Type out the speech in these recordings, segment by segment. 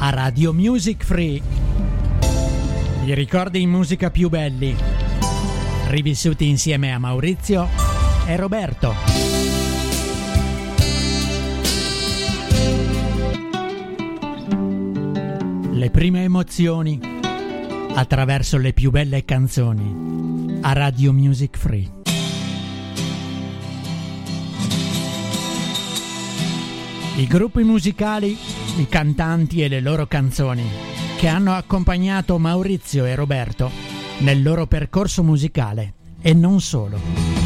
a Radio Music Free. I ricordi in musica più belli, rivissuti insieme a Maurizio e Roberto. Le prime emozioni attraverso le più belle canzoni a Radio Music Free. I gruppi musicali, i cantanti e le loro canzoni che hanno accompagnato Maurizio e Roberto nel loro percorso musicale e non solo.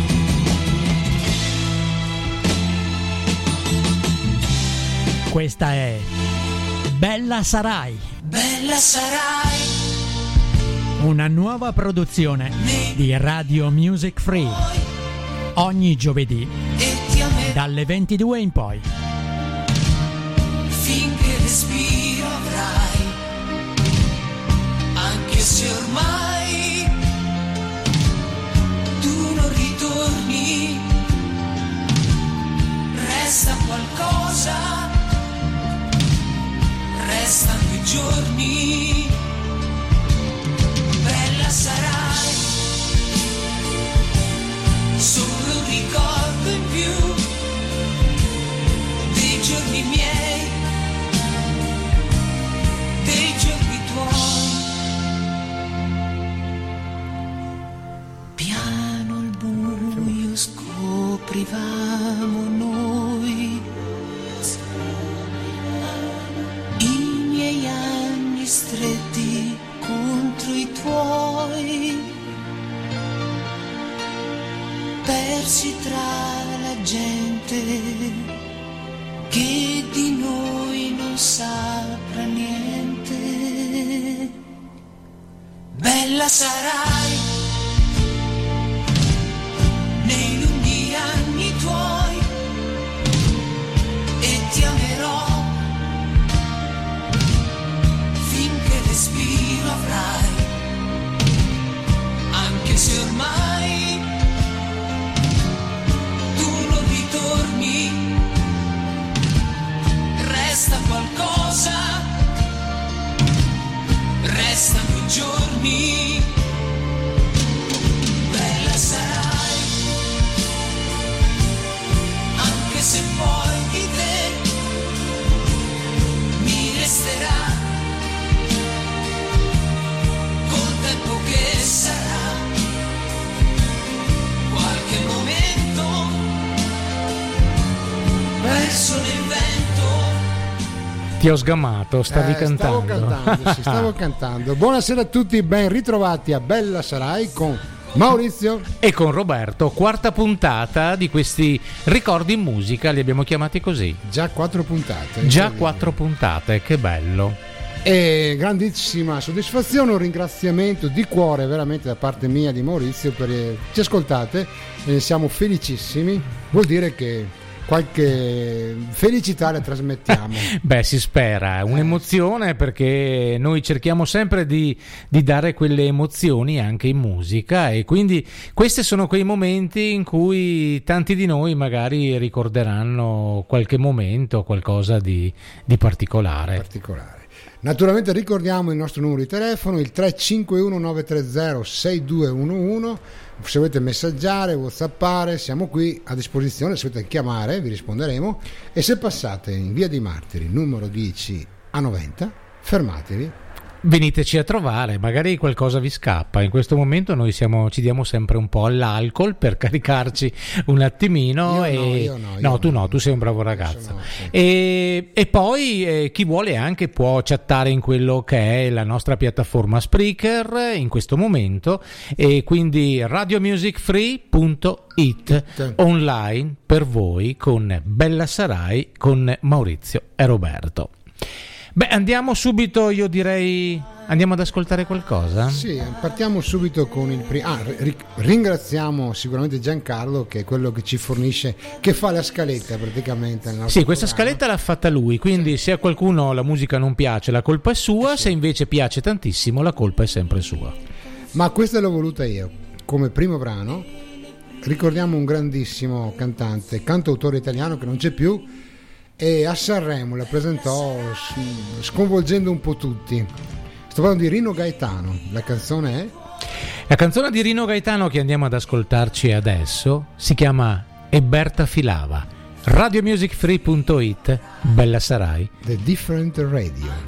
Questa è Bella Sarai. Bella sarai, Una nuova produzione di Radio Music Free. Ogni giovedì e ti amerò dalle 22 in poi. finché respiro avrai, anche se ormai tu non ritorni, resta qualcosa, restano i giorni, bella sarai, solo un ricordo in più dei giorni miei, dei giorni tuoi. Piano al buio scoprivamo noi i miei anni stretti contro i tuoi, persi tra la gente che di noi non saprà niente. Bella sarai nei lunghi anni tuoi e ti amerò finché respiro avrai, anche se ormai tu non ritorni, resta qualcosa, restano i giorni, bella sarai, anche se poi di te mi resterà col tempo che sarà qualche momento perso nel vento. Ti ho sgamato, stavi cantando. Stavo cantando. Buonasera a tutti, ben ritrovati a Bella Sarai con Maurizio E con Roberto, quarta puntata di questi ricordi in musica, li abbiamo chiamati così. Già 4 puntate. Già 4 puntate, che bello. E grandissima soddisfazione, un ringraziamento di cuore veramente da parte mia e di Maurizio per ci ascoltate e ne siamo felicissimi. Vuol dire che qualche felicità la trasmettiamo. Beh, si spera, un'emozione, perché noi cerchiamo sempre di dare quelle emozioni anche in musica, e quindi questi sono quei momenti in cui tanti di noi magari ricorderanno qualche momento, qualcosa di particolare. Naturalmente ricordiamo il nostro numero di telefono, il 351 930 6211. Se volete messaggiare, whatsappare, siamo qui a disposizione. Se volete chiamare vi risponderemo, e se passate in via dei Martiri numero 10 a 90 fermatevi, veniteci a trovare, magari qualcosa vi scappa. In questo momento noi ci diamo sempre un po' all'alcol per caricarci un attimino. Tu sei un bravo ragazzo. E poi chi vuole anche può chattare in quello che è la nostra piattaforma Spreaker in questo momento, e quindi radiomusicfree.it online per voi con Bella Sarai con Maurizio e Roberto. Beh, andiamo subito, io direi, andiamo ad ascoltare qualcosa? Sì, partiamo subito con il primo. Ringraziamo sicuramente Giancarlo, che è quello che ci fornisce, che fa la scaletta praticamente. Sì, questa scaletta l'ha fatta lui, quindi se a qualcuno la musica non piace la colpa è sua, se invece piace tantissimo la colpa è sempre sua. Ma questa l'ho voluta io, come primo brano. Ricordiamo un grandissimo cantante, cantautore italiano che non c'è più, e a Sanremo la presentò sconvolgendo un po' tutti. Sto parlando di Rino Gaetano. La canzone è? La canzone di Rino Gaetano che andiamo ad ascoltarci adesso si chiama E Berta filava. Radiomusicfree.it, bella sarai. The Different Radio.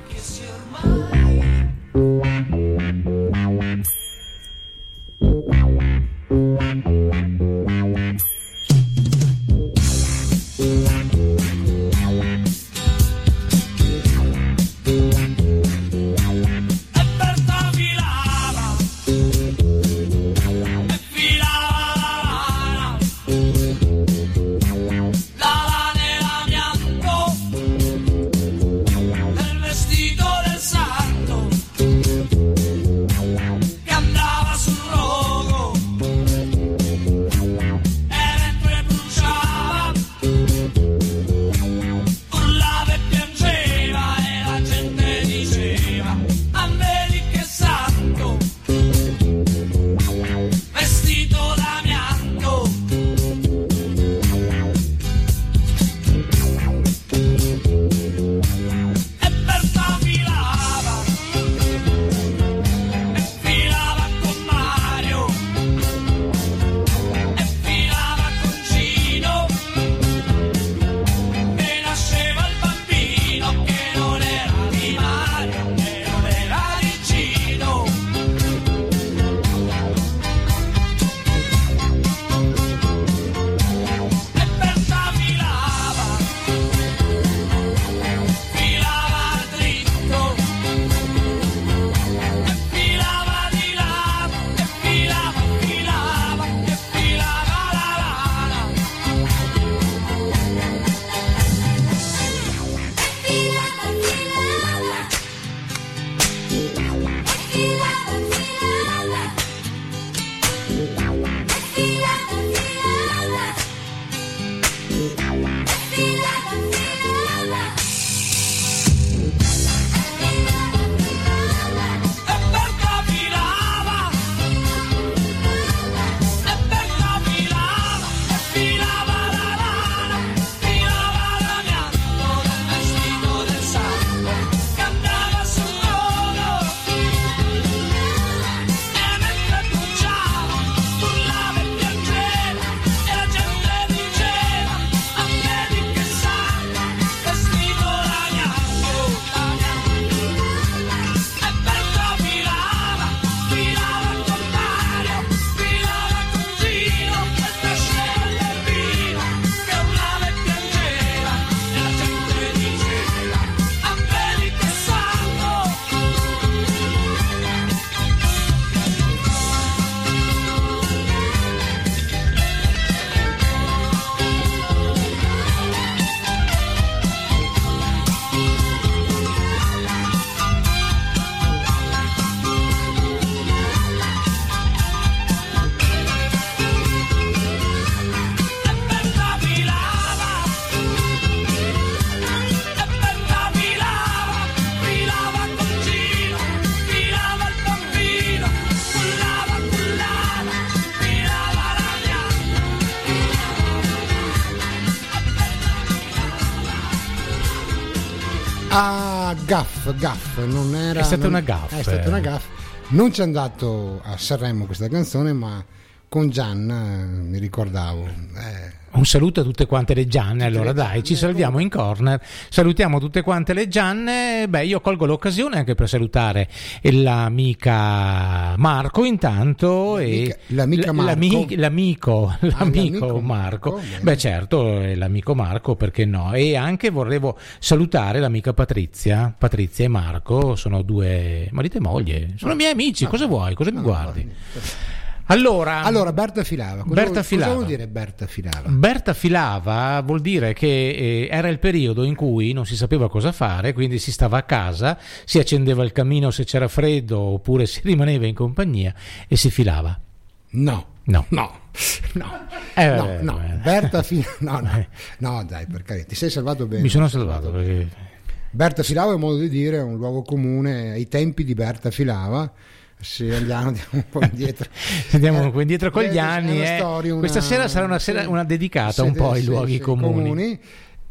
Gaff, non era. È stata una gaff. È stata una gaff. Non c'è andato a Sanremo questa canzone, ma con Gianna mi ricordavo. Un saluto a tutte quante le Gianne. Allora dai, ci salviamo in corner, salutiamo tutte quante le Gianne. Beh, io colgo l'occasione anche per salutare l'amica Marco intanto l'amico Marco. Beh certo, l'amico Marco, perché no? E anche volevo salutare l'amica Patrizia e Marco, sono due marito e moglie, sono miei amici. Cosa vuoi? Cosa mi guardi? Allora Berta filava. Cosa vuol dire Berta filava? Berta filava vuol dire che era il periodo in cui non si sapeva cosa fare, quindi si stava a casa, si accendeva il camino se c'era freddo oppure si rimaneva in compagnia e si filava. No. Berta filava. No, dai, per carità, ti sei salvato bene. Mi sono salvato perché Berta filava è un modo di dire, è un luogo comune ai tempi di Berta filava. Sì, andiamo un po' indietro. Andiamo un po' indietro con gli anni. Questa sera sarà una dedicata un po' ai luoghi comuni.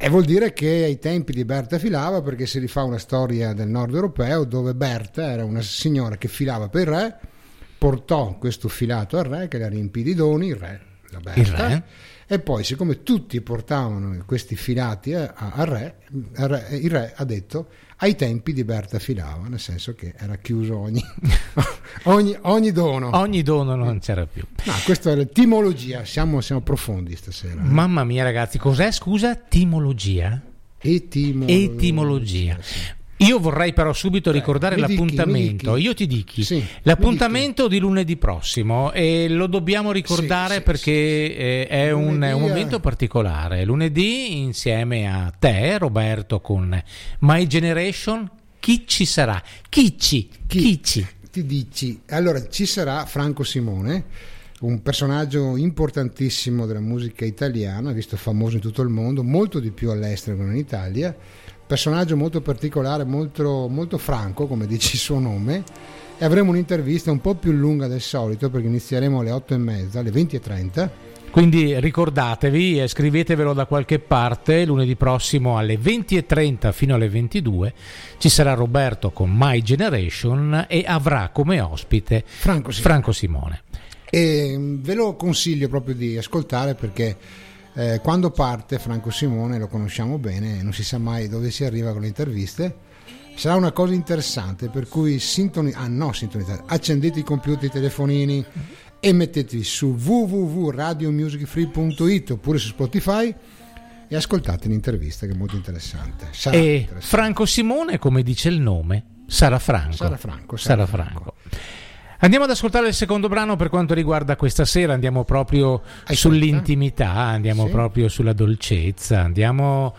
E vuol dire che ai tempi di Berta filava, perché si rifà una storia del nord europeo dove Berta era una signora che filava per il re, portò questo filato al re che la riempì di doni, il re, la Berta, Il re? e poi siccome tutti portavano questi filati al re, il re ha detto ai tempi di Berta filava, nel senso che era chiuso ogni dono. Ogni dono non c'era più. No, questa è l'etimologia, siamo profondi stasera. Mamma mia ragazzi, cos'è scusa? Timologia? Etimologia. Sì. Io vorrei però subito ricordare mi dichi, l'appuntamento. mi dichi. Io ti dichi Sì, l'appuntamento di lunedì prossimo, e lo dobbiamo ricordare Sì, perché è un momento particolare. Lunedì insieme a te, Roberto, con My Generation, chi ci sarà? Chi? Ti dici, allora ci sarà Franco Simone, un personaggio importantissimo della musica italiana, visto famoso in tutto il mondo, molto di più all'estero che non in Italia. Personaggio molto particolare, molto, molto franco, come dice il suo nome, e avremo un'intervista un po' più lunga del solito, perché inizieremo alle 8:30, alle 20:30. Quindi ricordatevi, scrivetevelo da qualche parte, lunedì prossimo alle 20:30 fino alle 22 ci sarà Roberto con My Generation e avrà come ospite Franco Simone. E ve lo consiglio proprio di ascoltare, perché quando parte Franco Simone lo conosciamo bene, non si sa mai dove si arriva con le interviste. Sarà una cosa interessante, per cui accendete i computer, i telefonini e mettetevi su www.radiomusicfree.it oppure su Spotify e ascoltate l'intervista, che è molto interessante. Franco Simone, come dice il nome, sarà Franco. Sarà Franco. Andiamo ad ascoltare il secondo brano per quanto riguarda questa sera, andiamo proprio sull'intimità, andiamo proprio sulla dolcezza, andiamo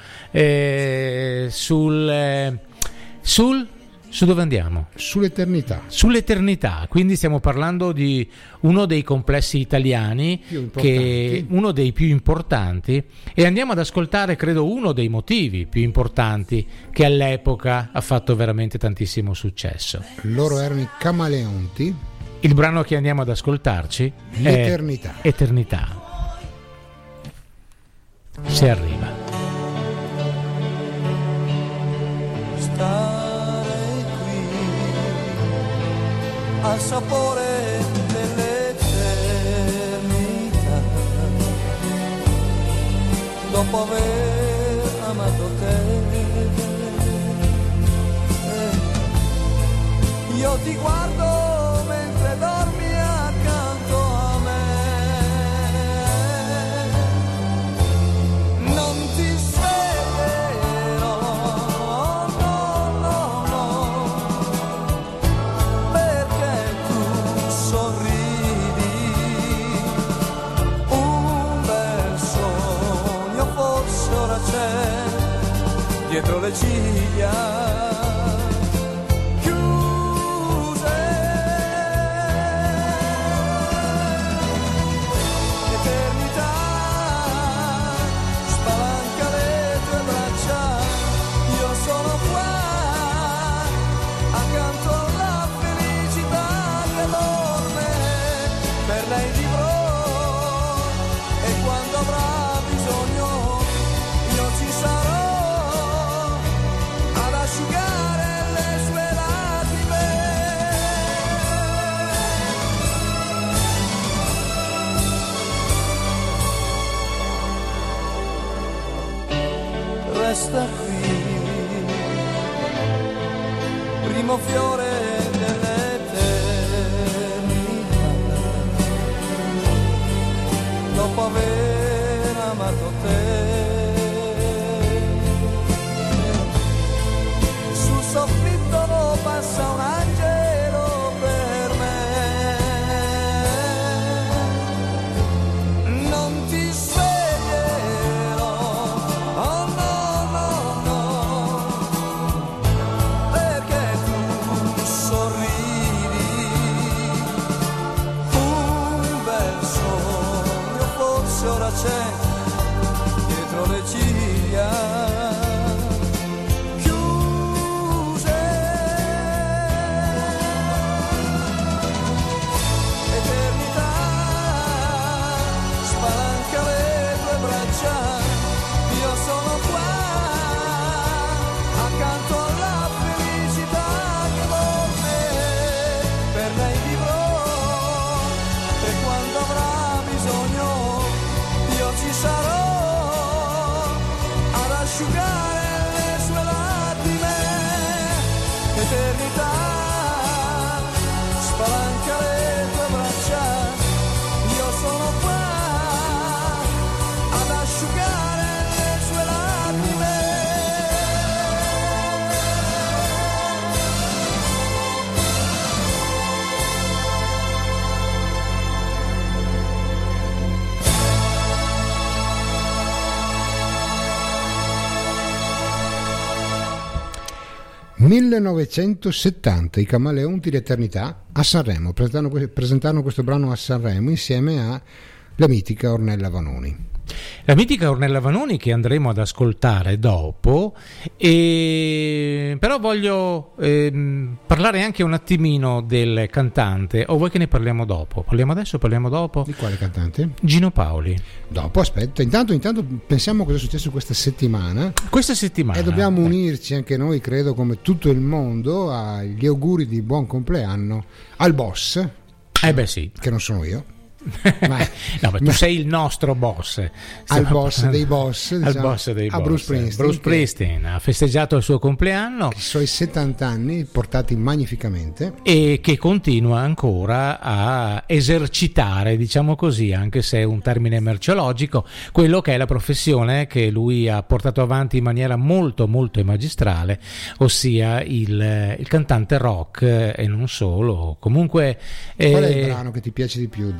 su dove andiamo? Sull'eternità, quindi stiamo parlando di uno dei complessi italiani, uno dei più importanti, e andiamo ad ascoltare, credo, uno dei motivi più importanti che all'epoca ha fatto veramente tantissimo successo. Loro erano i Camaleonti. Il brano che andiamo ad ascoltarci L'Eternità. è Eternità. Se arriva. Stare qui al sapore dell'eternità, dopo aver amato te, io ti guardo mentre dormi accanto a me, non ti sveglierò, no, perché tu sorridi, un bel sogno forse ora c'è dietro le ciglia. Resta qui, primo fiore dell'eternità, dopo aver amato te, sul soffitto lo passa un angelo per me, non ti sveglierò, oh no, ora c'è dietro le ciglia chiuse, eternità spalanca le tue braccia, io sono qua 1970 i Camaleonti d'Eternità a Sanremo presentarono questo brano a Sanremo insieme alla mitica Ornella Vanoni. La mitica Ornella Vanoni che andremo ad ascoltare dopo, però voglio parlare anche un attimino del cantante, o vuoi che ne parliamo dopo? Parliamo adesso o parliamo dopo? Di quale cantante? Gino Paoli. Dopo, aspetta, intanto pensiamo cosa è successo questa settimana. E dobbiamo unirci anche noi, credo, come tutto il mondo, agli auguri di buon compleanno al boss. Sì. Che non sono io. No, tu sei il nostro boss. Al boss dei boss, diciamo, al boss dei a boss. Bruce Springsteen ha festeggiato il suo compleanno, i suoi 70 anni portati magnificamente, e che continua ancora a esercitare, diciamo così, anche se è un termine merceologico, quello che è la professione che lui ha portato avanti in maniera molto molto magistrale, ossia il cantante rock, e non solo. Comunque qual è il brano che ti piace di più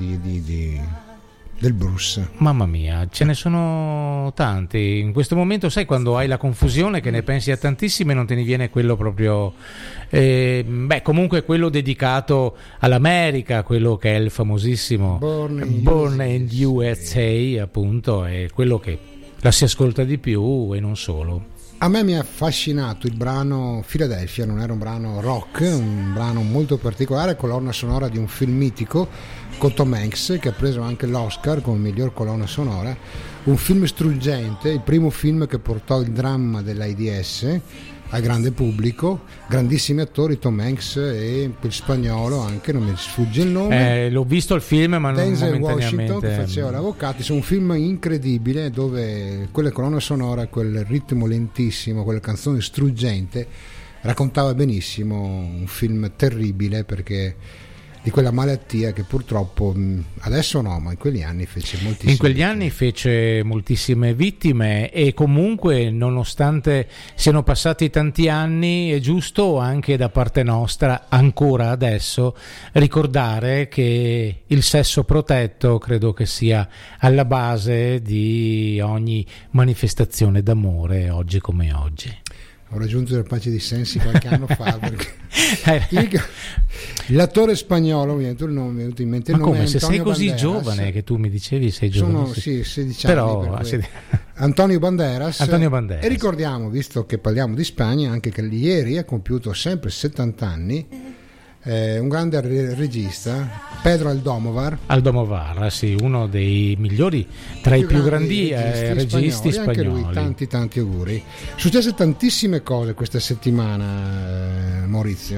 del Bruce? Mamma mia, ce ne sono tanti. In questo momento, sai, quando hai la confusione che ne pensi a tantissime, non te ne viene quello proprio comunque quello dedicato all'America, quello che è il famosissimo Born in USA, appunto, è quello che la si ascolta di più, e non solo. A me mi ha affascinato il brano Philadelphia, non era un brano rock, un brano molto particolare, colonna sonora di un film mitico con Tom Hanks, che ha preso anche l'Oscar come miglior colonna sonora, un film struggente, il primo film che portò il dramma dell'AIDS al grande pubblico, grandissimi attori, Tom Hanks e quel spagnolo anche, non mi sfugge il nome, l'ho visto il film, ma non Denzel momentaneamente. Washington, che faceva l'avvocato. Insomma, un film incredibile dove quella colonna sonora, quel ritmo lentissimo, quella canzone struggente raccontava benissimo un film terribile, perché di quella malattia che purtroppo adesso no, ma in quegli anni fece moltissime vittime, e comunque, nonostante siano passati tanti anni, è giusto anche da parte nostra ancora adesso ricordare che il sesso protetto credo che sia alla base di ogni manifestazione d'amore, oggi come oggi. Ho raggiunto il pace di sensi qualche anno fa, perché l'attore spagnolo, mi è venuto il nome, ma come, se sei così Banderas, giovane, che tu mi dicevi sei giovane, sono 16 però, anni, Antonio Banderas. E ricordiamo, visto che parliamo di Spagna, anche che ieri ha compiuto sempre 70 anni un grande regista, Pedro Almodóvar, sì, uno dei migliori, tra i più grandi registi spagnoli. Anche lui, tanti auguri. Successe tantissime cose questa settimana, Maurizio,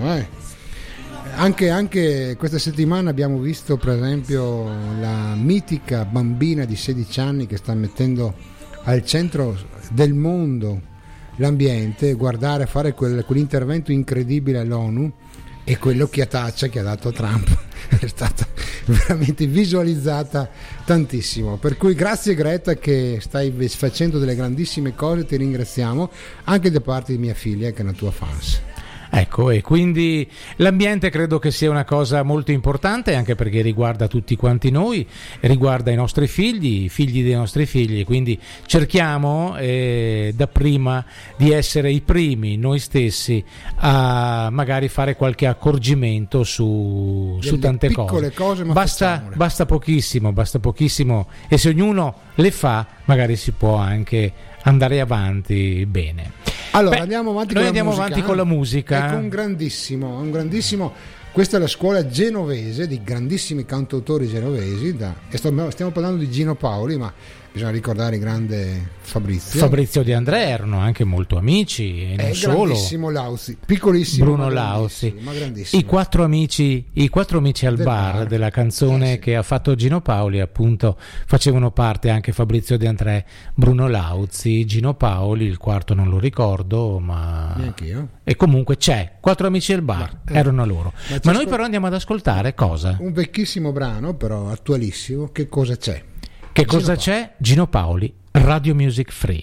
Anche questa settimana abbiamo visto, per esempio, la mitica bambina di 16 anni che sta mettendo al centro del mondo l'ambiente, fare quell'intervento incredibile all'ONU, e quello chiataccia che ha dato Trump è stata veramente visualizzata tantissimo. Per cui grazie Greta, che stai facendo delle grandissime cose, ti ringraziamo anche da parte di mia figlia, che è una tua fans. Ecco, e quindi l'ambiente credo che sia una cosa molto importante, anche perché riguarda tutti quanti noi, riguarda i nostri figli, i figli dei nostri figli, quindi cerchiamo dapprima di essere i primi noi stessi a magari fare qualche accorgimento su tante cose, ma basta pochissimo, e se ognuno le fa magari si può anche andare avanti bene. Allora, andiamo avanti con la musica. Ecco, un grandissimo. Questa è la scuola genovese di grandissimi cantautori genovesi. Stiamo parlando di Gino Paoli, ma bisogna ricordare il grande Fabrizio De André, erano anche molto amici, e non solo. Grandissimo Lauzi, piccolissimo Bruno Lauzi, ma grandissimo. I quattro amici al bar della canzone che ha fatto Gino Paoli, appunto, facevano parte anche Fabrizio De André, Bruno Lauzi, Gino Paoli, il quarto non lo ricordo, ma neanch'io. E comunque c'è Quattro amici al bar, erano loro. Ma noi però andiamo ad ascoltare cosa? Un vecchissimo brano, però attualissimo. Che cosa c'è? Che cosa c'è? Gino Paoli, Radio Music Free.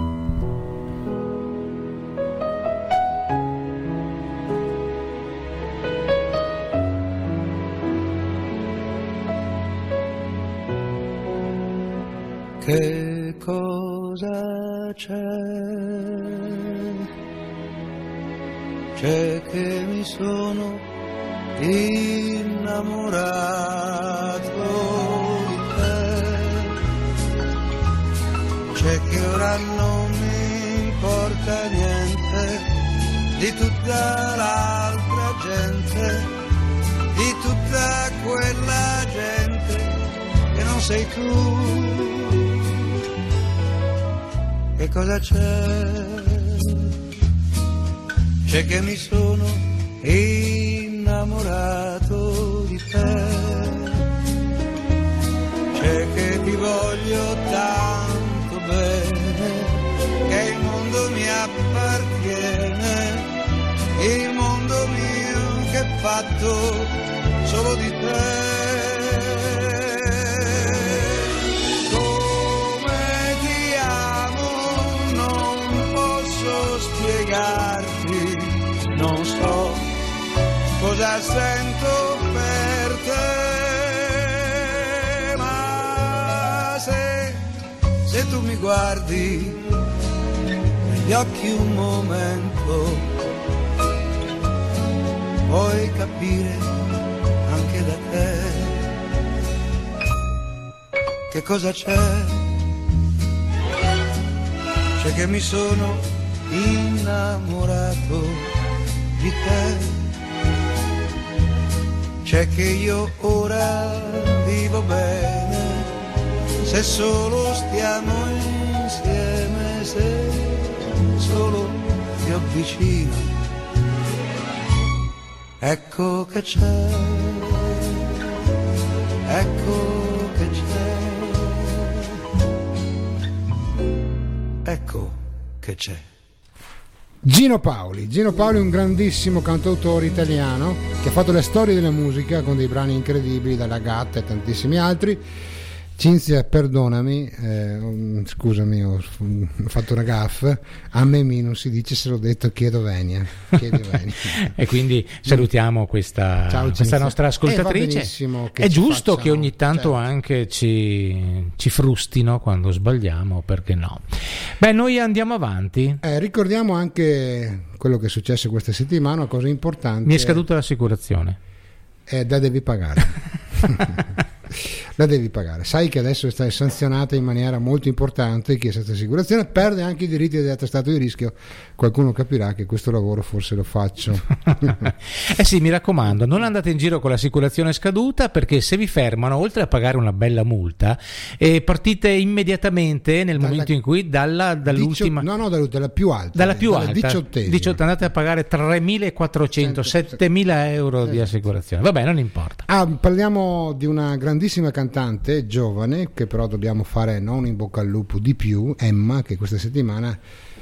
Che cosa c'è c'è che mi sono innamorato di te, c'è che ora non mi importa niente di tutta l'altra gente, di tutta quella gente che non sei tu. Che cosa c'è? C'è che mi sono innamorato di te, c'è che ti voglio tanto bene, che il mondo mi appartiene, il mondo mio che è fatto solo di te. Come ti amo non posso spiegarti, non so cosa sento per te, ma se tu mi guardi negli occhi un momento, puoi capire anche da te che cosa c'è. C'è che mi sono innamorato di te, c'è che io ora vivo bene, se solo stiamo insieme, se solo ti avvicino, ecco che c'è, ecco che c'è, ecco che c'è. Gino Paoli è un grandissimo cantautore italiano che ha fatto le storie della musica con dei brani incredibili, dalla Gatta e tantissimi altri. Cinzia, perdonami, scusami, ho fatto una gaffe, a me non si dice, se l'ho detto, chiedo venia. E quindi salutiamo questa nostra ascoltatrice. È giusto che ogni tanto anche ci frustino quando sbagliamo, perché no? Beh, noi andiamo avanti. Ricordiamo anche quello che è successo questa settimana, una cosa importante. Mi è scaduta l'assicurazione. La devi pagare. La devi pagare. Sai che adesso è sanzionata in maniera molto importante chi è senza assicurazione, perde anche i diritti dell'attestato di rischio. Qualcuno capirà che questo lavoro forse lo faccio. Sì, mi raccomando, non andate in giro con l'assicurazione scaduta, perché se vi fermano, oltre a pagare una bella multa, partite immediatamente nel momento in cui dalla più alta, dalla 18esima, andate a pagare 3.400, 7.000 euro di assicurazione. Vabbè, non importa. Parliamo di una grandissima cantante giovane, che però dobbiamo fare non in bocca al lupo di più, Emma, che questa settimana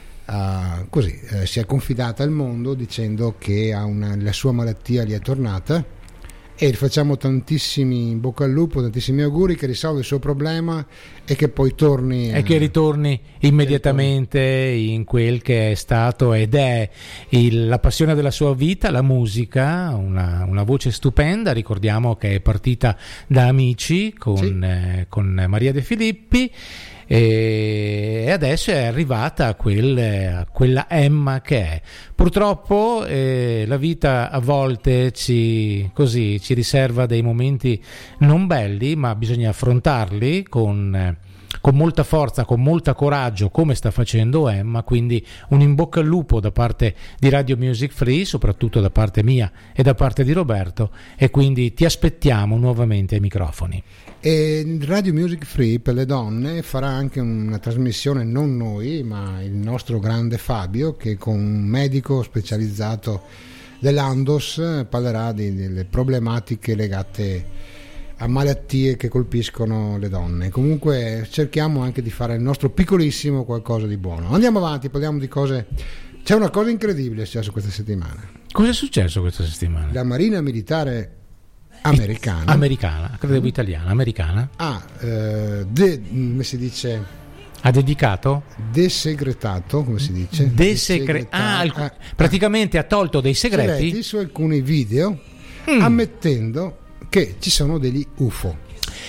si è confidata al mondo dicendo che la sua malattia gli è tornata, e facciamo tantissimi in bocca al lupo, tantissimi auguri, che risolve il suo problema e che poi torni che ritorni immediatamente in quel che è stato ed è la passione della sua vita, la musica, una voce stupenda. Ricordiamo che è partita da Amici con Maria De Filippi, e adesso è arrivata a quella Emma che è. Purtroppo la vita a volte ci riserva dei momenti non belli, ma bisogna affrontarli con molta forza, con molto coraggio, come sta facendo Emma. Quindi un in bocca al lupo da parte di Radio Music Free, soprattutto da parte mia e da parte di Roberto, e quindi ti aspettiamo nuovamente ai microfoni. E Radio Music Free per le donne farà anche una trasmissione, non noi ma il nostro grande Fabio, che con un medico specializzato dell'Andos parlerà delle problematiche legate a malattie che colpiscono le donne. Comunque cerchiamo anche di fare il nostro piccolissimo qualcosa di buono. Andiamo avanti, parliamo di cose. C'è una cosa incredibile successo questa settimana. Cosa è successo questa settimana? La Marina Militare americana, credevo italiana, americana, come si dice, ha dedicato, desegretato, come si dice, praticamente ha tolto dei segreti su alcuni video, ammettendo che ci sono degli UFO.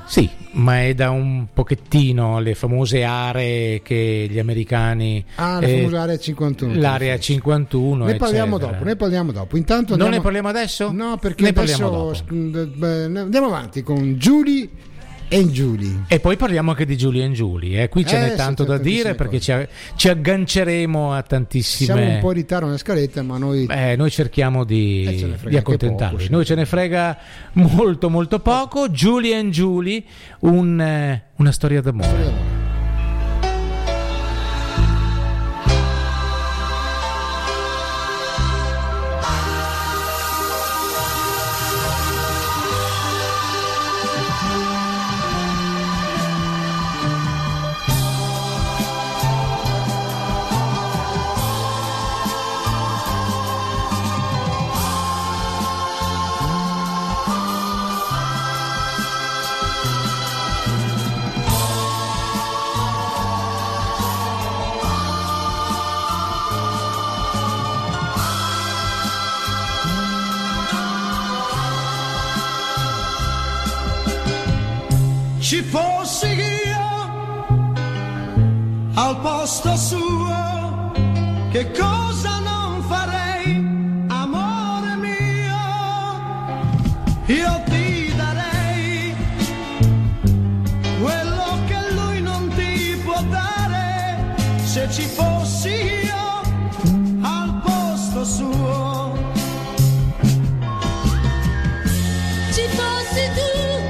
Sì, ma è da un pochettino le famose aree che gli americani... la famosa area 51. L'area 51. Ne parliamo dopo. Intanto non ne parliamo adesso? No, perché adesso andiamo avanti con Julie and Julie. E poi parliamo anche di Julie and Julie. Qui ce n'è tanto da dire, perché ci agganceremo a tantissime... Siamo un po' in ritardo nella scaletta, ma noi cerchiamo di accontentarci. Noi ce ne frega molto molto poco. Julie and Julie, una storia d'amore. Ci fossi io al posto suo, che cosa non farei, amore mio? Io ti darei quello che lui non ti può dare, se ci fossi io al posto suo. Ci fossi tu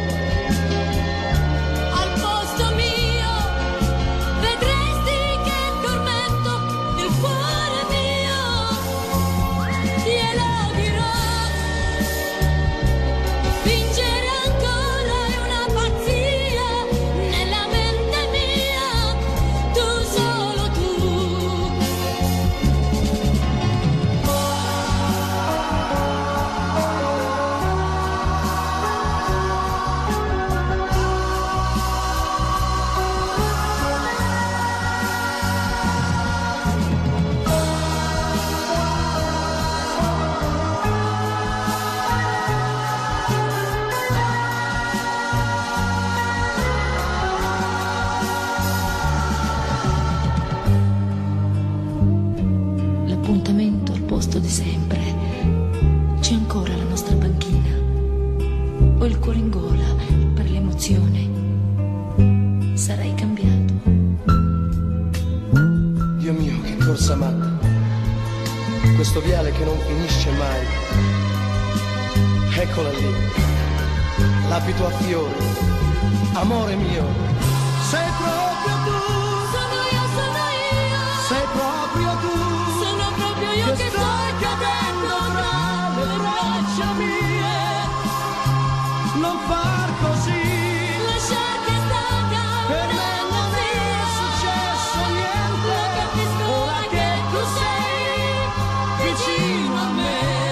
di sempre. C'è ancora la nostra banchina. Ho il cuore in gola per l'emozione. Sarai cambiato. Dio mio, che corsa matta. Questo viale che non finisce mai. Eccola lì. L'abito a fiori. Amore mio. Sei proprio tu. Sono io. Sei proprio tu. Sono proprio io che stai cadendo tra le braccia mie. Non far così. Lasciar che stacca. Per me non è successo niente. Lo capisco ora che tu sei vicino a me.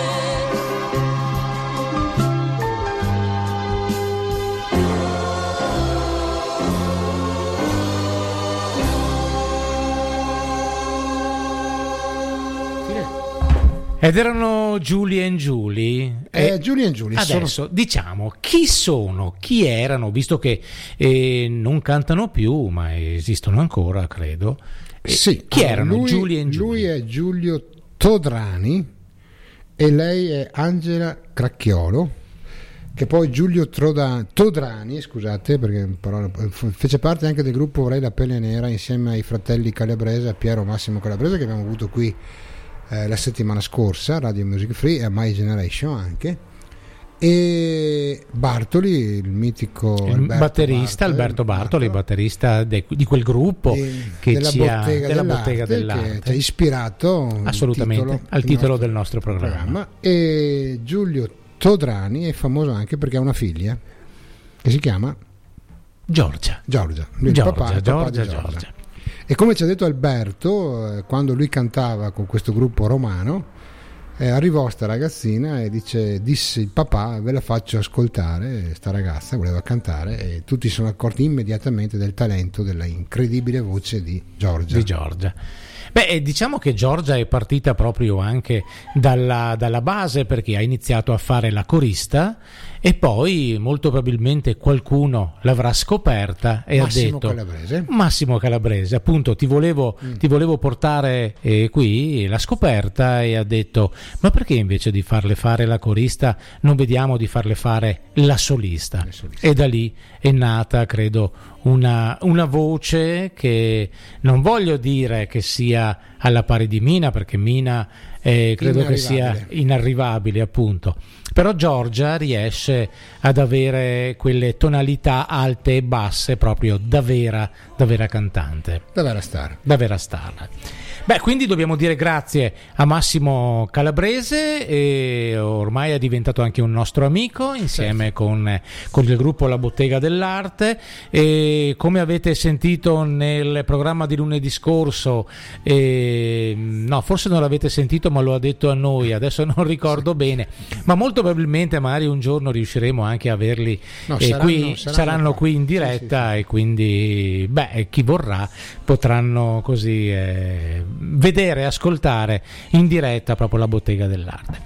Ed erano Julie and Julie. Julie and Julie. Adesso diciamo chi erano, visto che non cantano più, ma esistono ancora, credo. Sì, chi erano Julie and Julie? Lui è Giulio Todrani e lei è Angela Cracchiolo, che poi Giulio Todrani, scusate, perché fece parte anche del gruppo Vorrei la pelle nera insieme ai fratelli Calabrese, a Piero Massimo Calabrese, che abbiamo avuto qui la settimana scorsa, Radio Music Free, e a My Generation anche, e Bartoli, il mitico Alberto Bartoli, batterista di quel gruppo della Bottega dell'Arte, che ci ha ispirato assolutamente al titolo del nostro programma. E Giulio Todrani è famoso anche perché ha una figlia che si chiama Giorgia. Lui è il papà di Giorgia. E come ci ha detto Alberto, quando lui cantava con questo gruppo romano, arrivò sta ragazzina e disse il papà: ve la faccio ascoltare, sta ragazza voleva cantare, e tutti sono accorti immediatamente del talento, della incredibile voce di Giorgia. Beh, diciamo che Giorgia è partita proprio anche dalla base, perché ha iniziato a fare la corista e poi molto probabilmente qualcuno l'avrà scoperta e Massimo ha detto Calabrese. Massimo Calabrese, appunto, ti volevo portare qui la scoperta, e ha detto: ma perché invece di farle fare la corista non vediamo di farle fare la solista? E da lì è nata, credo, una voce che non voglio dire che sia alla pari di Mina, perché Mina credo che sia inarrivabile, appunto, però Giorgia riesce ad avere quelle tonalità alte e basse proprio da vera cantante, da vera star. Beh, quindi dobbiamo dire grazie a Massimo Calabrese, e ormai è diventato anche un nostro amico, insieme con il gruppo La Bottega dell'Arte, e come avete sentito nel programma di lunedì scorso, no, forse non l'avete sentito ma lo ha detto a noi, adesso non ricordo bene, ma molto probabilmente magari un giorno riusciremo anche a averli saranno qui in diretta, e quindi chi vorrà potranno così vedere e ascoltare in diretta proprio La Bottega dell'Arte.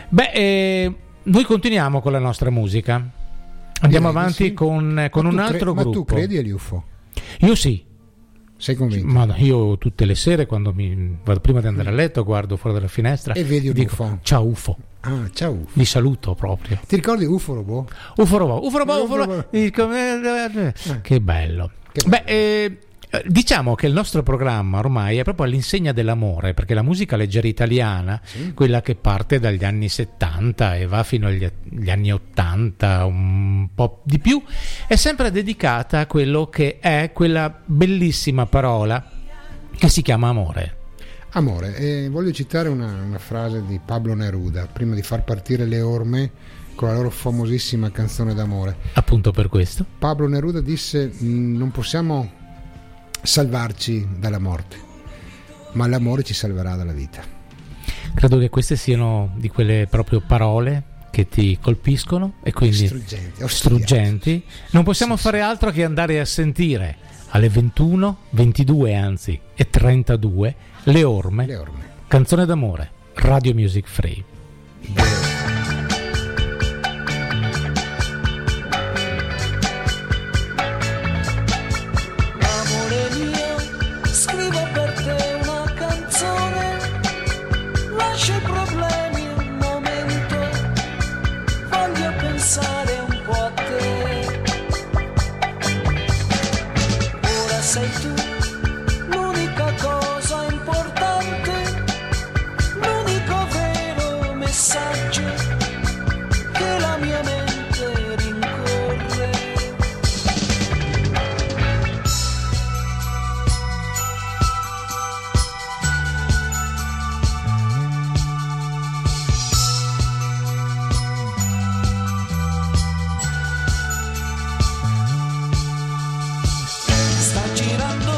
Noi continuiamo con la nostra musica, andiamo avanti con un altro gruppo. Ma tu credi agli UFO? Io sì. Sei convinto? Ma io tutte le sere, quando vado prima di andare a letto, guardo fuori dalla finestra e vedi un dico, UFO. Ciao UFO. Ah, ciao UFO. Li saluto proprio. Ti ricordi UFO Robot? UFO Robot. Che bello. Diciamo che il nostro programma ormai è proprio all'insegna dell'amore, perché la musica leggera italiana, quella che parte dagli anni 70 e va fino agli anni 80, un po' di più, è sempre dedicata a quello che è quella bellissima parola che si chiama amore. Amore, voglio citare una frase di Pablo Neruda prima di far partire le orme con la loro famosissima canzone d'amore. Appunto per questo Pablo Neruda disse: non possiamo salvarci dalla morte, ma l'amore ci salverà dalla vita. Credo che queste siano di quelle proprio parole che ti colpiscono e quindi struggenti. Non possiamo fare altro che andare a sentire alle 22 anzi e 32 Le Orme, canzone d'amore, Radio Music Free. Sta girando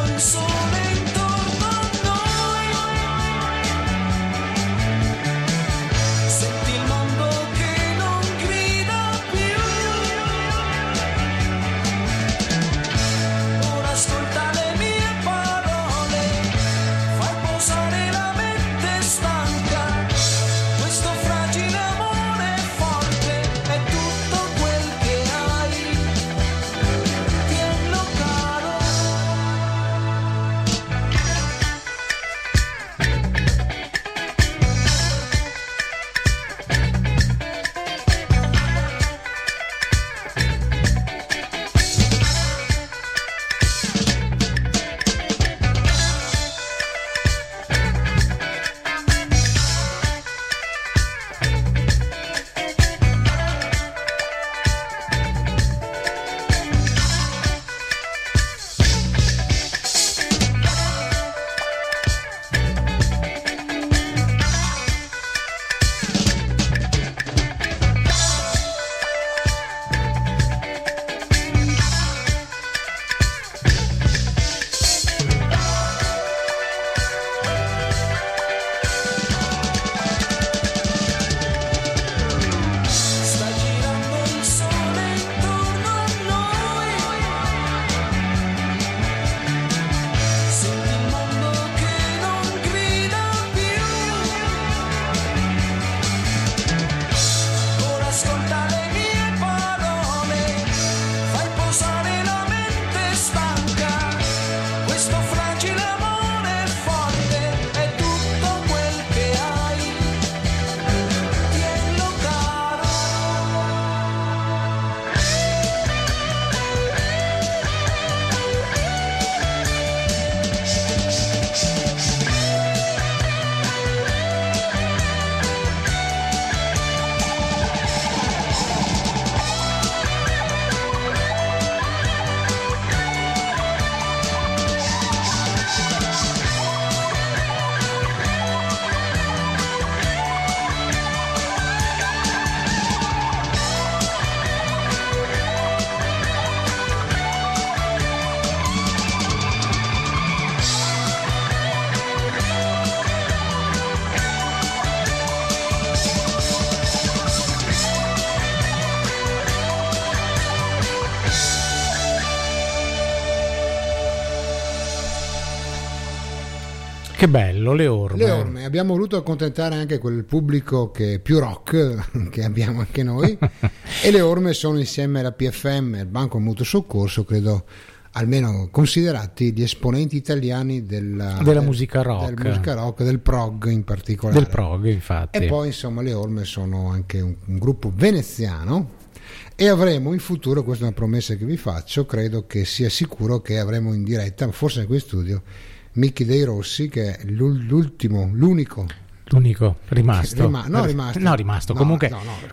Che bello, le Orme. Le Orme, abbiamo voluto accontentare anche quel pubblico che è più rock che abbiamo anche noi e le Orme sono insieme alla PFM e al Banco Mutuo Soccorso, credo almeno considerati gli esponenti italiani della musica rock. Del musica rock, del prog in particolare. Del prog, infatti. E poi insomma le Orme sono anche un gruppo veneziano e avremo in futuro, questa è una promessa che vi faccio, credo che sia sicuro che avremo in diretta, forse anche in studio, Mickey Dei Rossi, che è l'unico rimasto. rimasto. Comunque,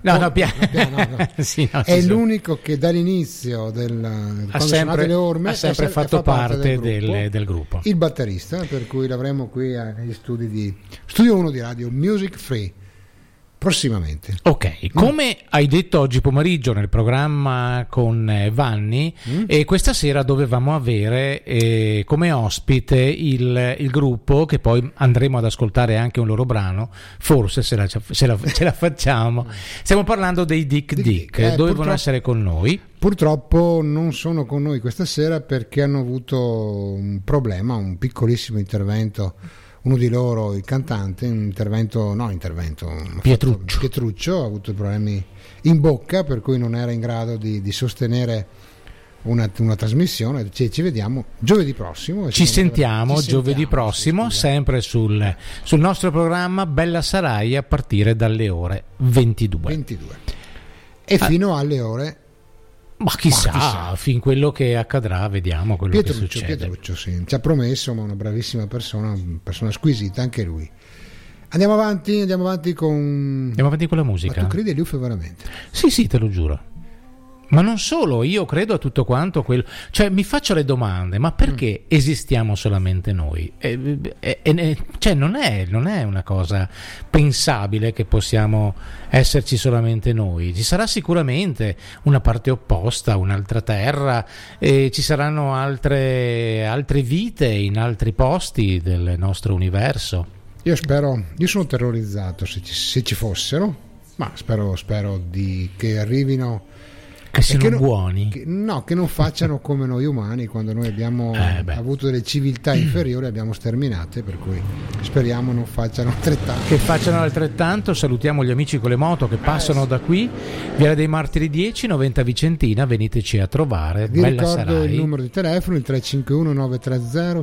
sì, è l'unico che dall'inizio quando suonate le Orme ha sempre fatto parte del gruppo. Il batterista, per cui l'avremo qui negli studi di Studio 1 di Radio Music Free prossimamente. Ok, come hai detto oggi pomeriggio nel programma con Vanni, questa sera dovevamo avere come ospite il gruppo, che poi andremo ad ascoltare anche un loro brano, forse ce la facciamo. Stiamo parlando dei Dick. Dovevano essere con noi. Purtroppo non sono con noi questa sera perché hanno avuto un problema, un piccolissimo intervento. Uno di loro, il cantante, Pietruccio ha avuto problemi in bocca, per cui non era in grado di sostenere una trasmissione. Ci vediamo giovedì prossimo. Ci sentiamo giovedì prossimo, sempre sul nostro programma Bella Sarai, a partire dalle ore 22. E fino alle ore... Ma chissà, fin quello che accadrà, vediamo quello che succede. Pietruccio, sì, ci ha promesso, ma una bravissima persona, una persona squisita anche lui. Andiamo avanti con la musica. Ma tu credi a Liuffe veramente? Sì, te lo giuro. Ma non solo, io credo a tutto quanto quello. Cioè, mi faccio le domande, ma perché esistiamo solamente noi? Cioè, non è una cosa pensabile che possiamo esserci solamente noi. Ci sarà sicuramente una parte opposta, un'altra terra, e ci saranno altre vite in altri posti del nostro universo. Io sono terrorizzato se ci fossero, ma spero che arrivino. Che siano buoni, che non facciano come noi umani, quando noi abbiamo avuto delle civiltà inferiori, abbiamo sterminate, per cui speriamo non facciano altrettanto. Che facciano altrettanto. Salutiamo gli amici con le moto che passano da qui, Viale dei Martiri 10, Noventa Vicentina, veniteci a trovare. Vi Bella ricordo Sarai. il numero di telefono, il 351 930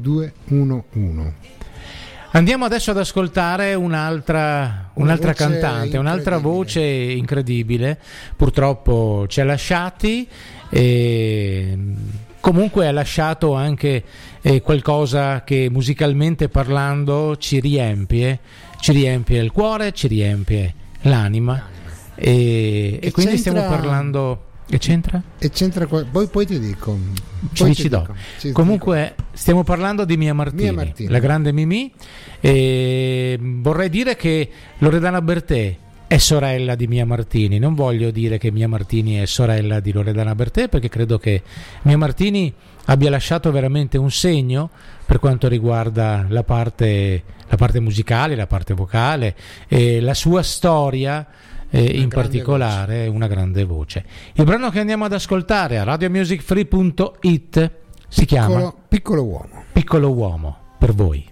6211. Andiamo adesso ad ascoltare un'altra cantante, un'altra voce incredibile. Purtroppo ci ha lasciati, e comunque ha lasciato anche qualcosa che musicalmente parlando ci riempie il cuore, ci riempie l'anima, e quindi stiamo parlando. E c'entra? Poi ti dico. Comunque stiamo parlando di Mia Martini, la grande Mimì, e vorrei dire che Loredana Bertè è sorella di Mia Martini. Non voglio dire che Mia Martini è sorella di Loredana Bertè, perché credo che Mia Martini abbia lasciato veramente un segno per quanto riguarda la parte musicale, la parte vocale, e la sua storia. In particolare voce. Una grande voce. Il brano che andiamo ad ascoltare a radiomusicfree.it si chiama Piccolo Uomo, per voi.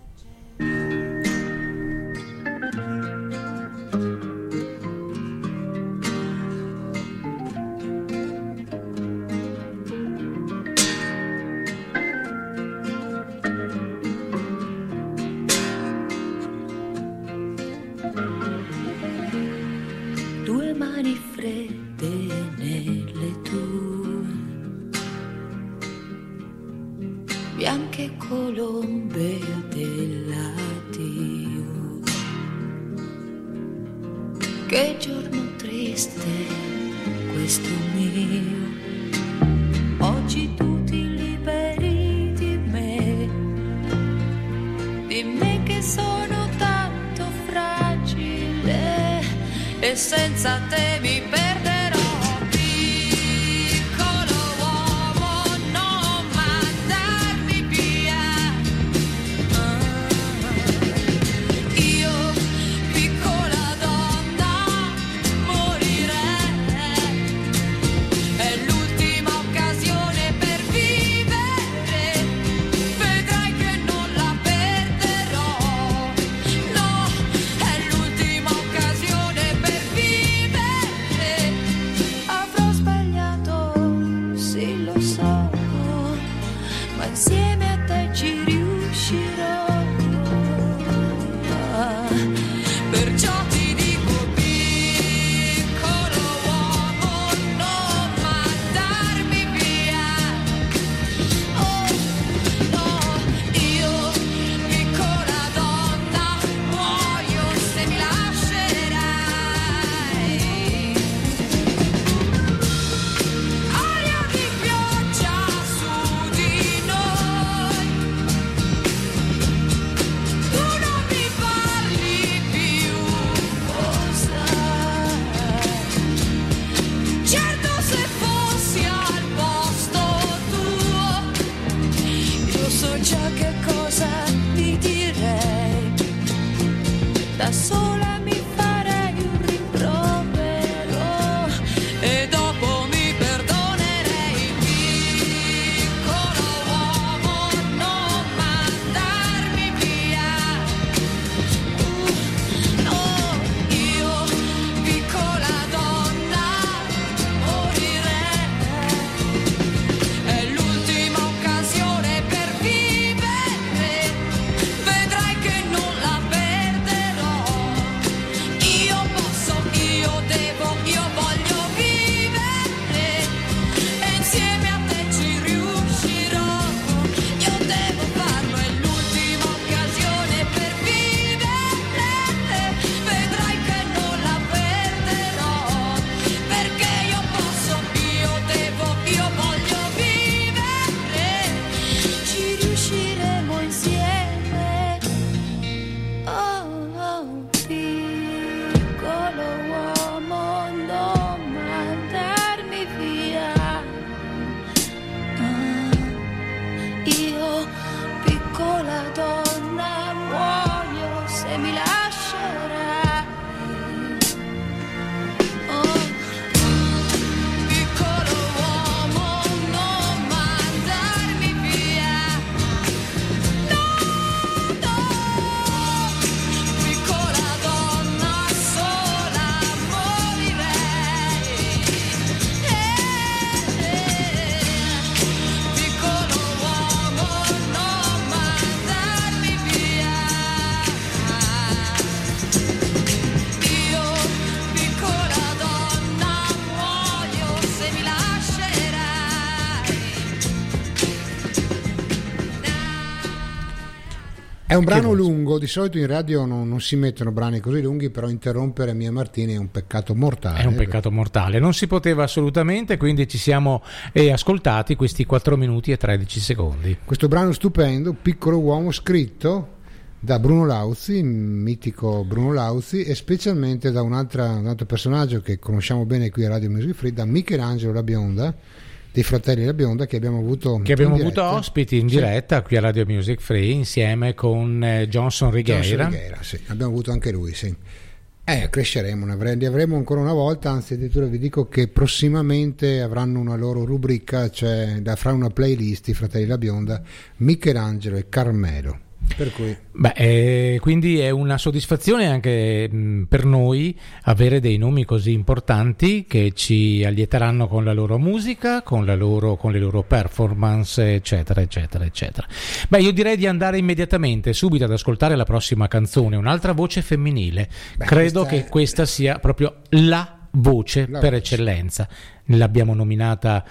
Bianche colombe dell'addio. Che giorno triste questo mio. Oggi tu ti liberi di me che sono tanto fragile e senza te mi perderò. Vedrai che non la perderò. ma insieme a te ci riuscirò. Perciò ti dico piccolo uomo, non mandarmi via. Oh no, io piccola donna muoio se mi lascerai. Aria di pioggia su di noi, tu non mi parli più, sai. Certo se fossi al posto tuo, io so già che cosa ti direi. Da sola mi farei un rimprovero e dopo mi perdonerei. Piccolo uomo, non mandarmi via. No, io piccola donna morirei. È l'ultima occasione per vivere, vedrai che non la perderò. Io posso, io devo, io voglio vivere e insieme a te ci riuscirò. Io devo farlo, è l'ultima occasione per vivere, vedrai che non la perderò. Perché io posso, io devo, io voglio vivere, ci riusciremo insieme. Oh, piccolo uomo, non mandarmi via. Io, piccola donna, muoio se mi lascerai. Oh, piccolo uomo, non mandarmi via. No, no, piccola donna, sola morirei. Piccolo uomo, non mandarmi via. Io, piccola donna, muoio se mi lascerai. È un brano lungo, di solito in radio non si mettono brani così lunghi, però interrompere Mia Martini è un peccato mortale. È un peccato mortale, non si poteva assolutamente, quindi ci siamo ascoltati questi 4 minuti e 13 secondi. Questo brano stupendo, Piccolo uomo, scritto da Bruno Lauzi, il mitico Bruno Lauzi, e specialmente da un altro personaggio che conosciamo bene qui a Radio Music Free, da Michelangelo La Bionda, dei fratelli La Bionda, che abbiamo avuto ospiti in diretta qui a Radio Music Free insieme con Johnson Righeira. Sì, abbiamo avuto anche lui, sì. Cresceremo, li avremo ancora una volta, anzi addirittura vi dico che prossimamente avranno una loro rubrica, cioè fra una playlist i fratelli La Bionda, Michelangelo e Carmelo. Per cui quindi è una soddisfazione anche per noi avere dei nomi così importanti che ci allieteranno con la loro musica, con le loro performance, eccetera eccetera eccetera. Io direi di andare immediatamente subito ad ascoltare la prossima canzone, un'altra voce femminile. Credo che questa sia proprio la voce per eccellenza. L'abbiamo nominata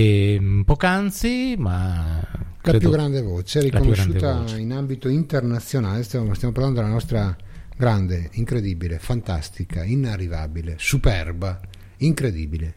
poc'anzi, ma la più grande voce, riconosciuta in ambito internazionale. Stiamo parlando della nostra grande, incredibile, fantastica, inarrivabile, superba, incredibile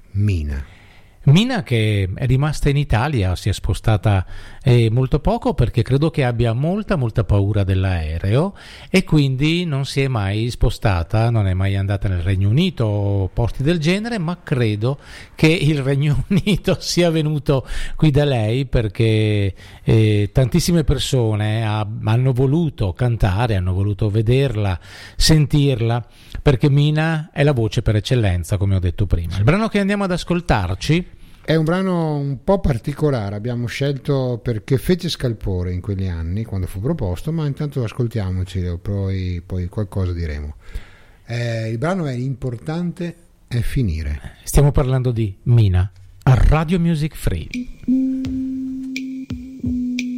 Mina, che è rimasta in Italia, si è spostata molto poco perché credo che abbia molta paura dell'aereo e quindi non si è mai spostata, non è mai andata nel Regno Unito o posti del genere, ma credo che il Regno Unito sia venuto qui da lei perché tantissime persone hanno voluto cantare, hanno voluto vederla, sentirla, perché Mina è la voce per eccellenza, come ho detto prima. Il brano che andiamo ad ascoltarci è un brano un po' particolare, abbiamo scelto perché fece scalpore in quegli anni quando fu proposto, ma intanto ascoltiamoci, poi qualcosa diremo. Il brano è L'importante è finire. Stiamo parlando di Mina a Radio Music Free.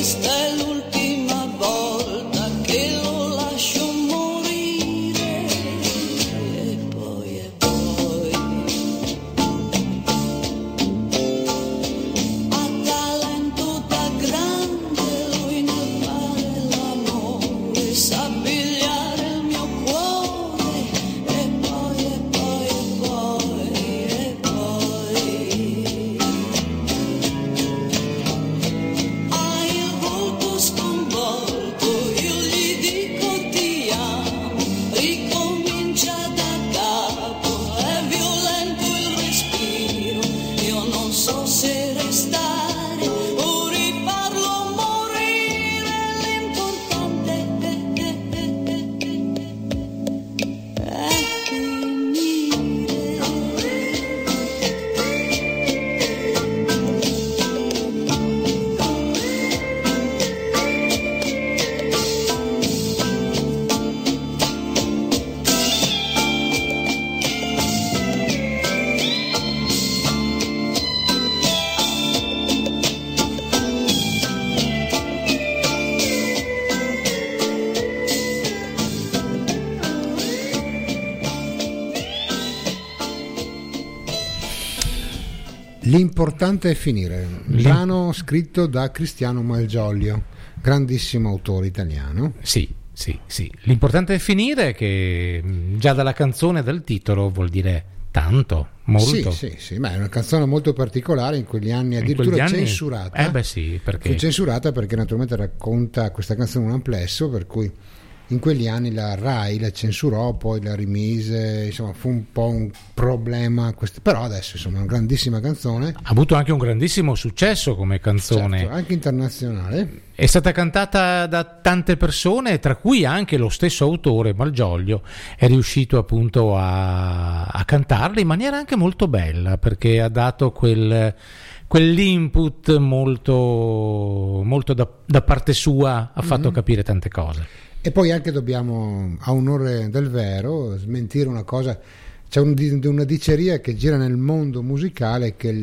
questa è l'ultima volta che lo lascio morire. E poi ha talento da grande lui nel fare l'amore, sa pigliare il mio cuore. E poi hai il volto sconvolto, io gli dico ti amo, ricomincia da capo, è violento il respiro, io non so se restare o rifarlo morire, l'importante è L'importante è finire. Brano scritto da Cristiano Malgioglio, grandissimo autore italiano. Sì. L'importante è finire, che già dalla canzone, dal titolo, vuol dire tanto, molto. Sì, ma è una canzone molto particolare, in quegli anni addirittura censurata. Perché? Fu censurata perché naturalmente racconta questa canzone un amplesso, per cui in quegli anni la RAI la censurò, poi la rimise, insomma fu un po' un problema, però adesso insomma è una grandissima canzone. Ha avuto anche un grandissimo successo come canzone, certo, anche internazionale. È stata cantata da tante persone, tra cui anche lo stesso autore Malgioglio è riuscito appunto a cantarla in maniera anche molto bella, perché ha dato quell'input molto da parte sua, ha fatto capire tante cose. E poi anche dobbiamo, a onore del vero, smentire una cosa. C'è una diceria che gira nel mondo musicale che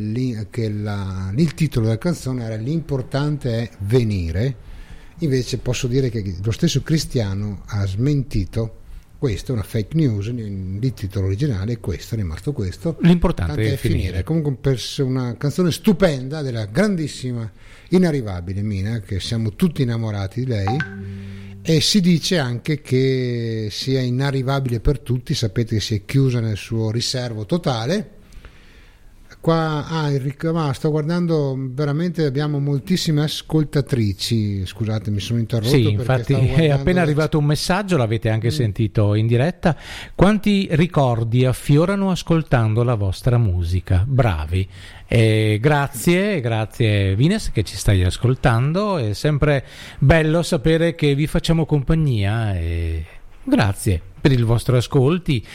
il titolo della canzone era "L'importante è venire". Invece posso dire che lo stesso Cristiano ha smentito questo, è una fake news. Il titolo originale è questo, è rimasto questo. L'importante è finire. Comunque una canzone stupenda della grandissima, inarrivabile Mina, che siamo tutti innamorati di lei. E si dice anche che sia inarrivabile per tutti, sapete che si è chiusa nel suo riservo totale. Qua sto guardando, veramente abbiamo moltissime ascoltatrici. Scusate, mi sono interrotto. Sì, infatti è appena arrivato un messaggio, l'avete anche sentito in diretta. Quanti ricordi affiorano ascoltando la vostra musica? Bravi. Grazie Vines che ci stai ascoltando, è sempre bello sapere che vi facciamo compagnia, e grazie per il vostro ascolti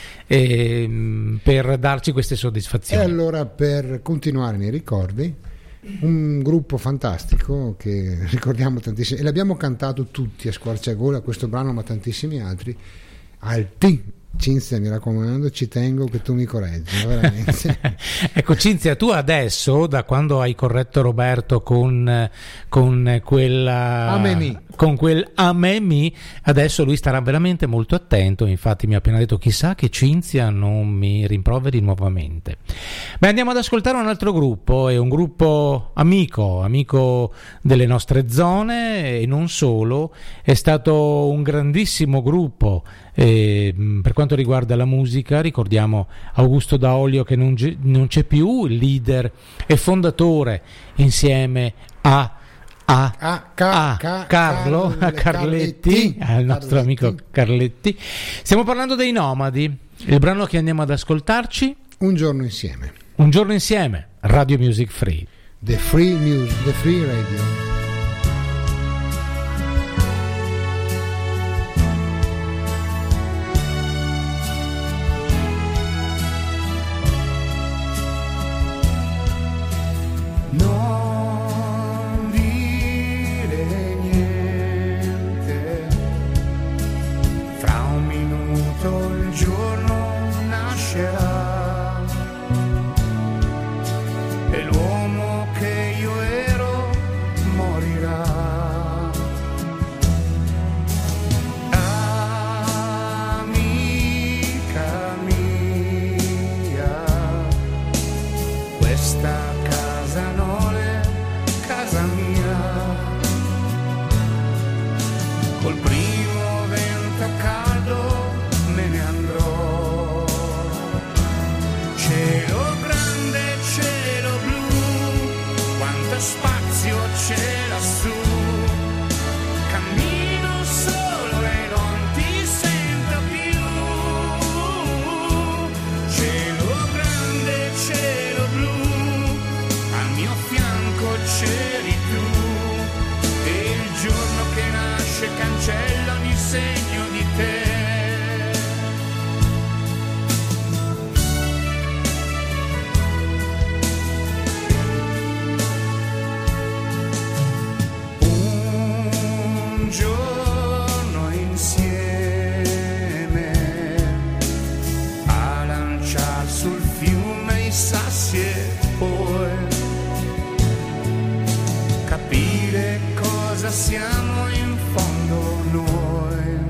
e per darci queste soddisfazioni. E allora, per continuare nei ricordi, un gruppo fantastico che ricordiamo tantissimo e l'abbiamo cantato tutti a squarciagola questo brano, ma tantissimi altri. Alti Cinzia, mi raccomando, ci tengo che tu mi correggi, veramente. Ecco Cinzia, tu adesso, da quando hai corretto Roberto con quella con quel amemi, adesso lui starà veramente molto attento. Infatti mi ha appena detto: chissà che Cinzia non mi rimproveri nuovamente. Beh, andiamo ad ascoltare un altro gruppo, è un gruppo amico delle nostre zone, e non solo, è stato un grandissimo gruppo. Per quanto riguarda la musica, ricordiamo Augusto Daolio, che non c'è più, il leader e fondatore, insieme a Carletti, al nostro amico Carletti. Stiamo parlando dei Nomadi. Il brano che andiamo ad ascoltarci, Un giorno insieme, Radio Music Free, The Free Radio. Non dire niente, fra un minuto il giorno nascerà e l'uomo che io ero morirà. quanto spazio c'è lassù. Cammino solo e non ti sento più. Cielo grande, cielo blu, al mio fianco c'eri tu. E il giorno che nasce cancella ogni segno di te. Giorno insieme a lanciar sul fiume i sassi e poi capire cosa siamo in fondo noi.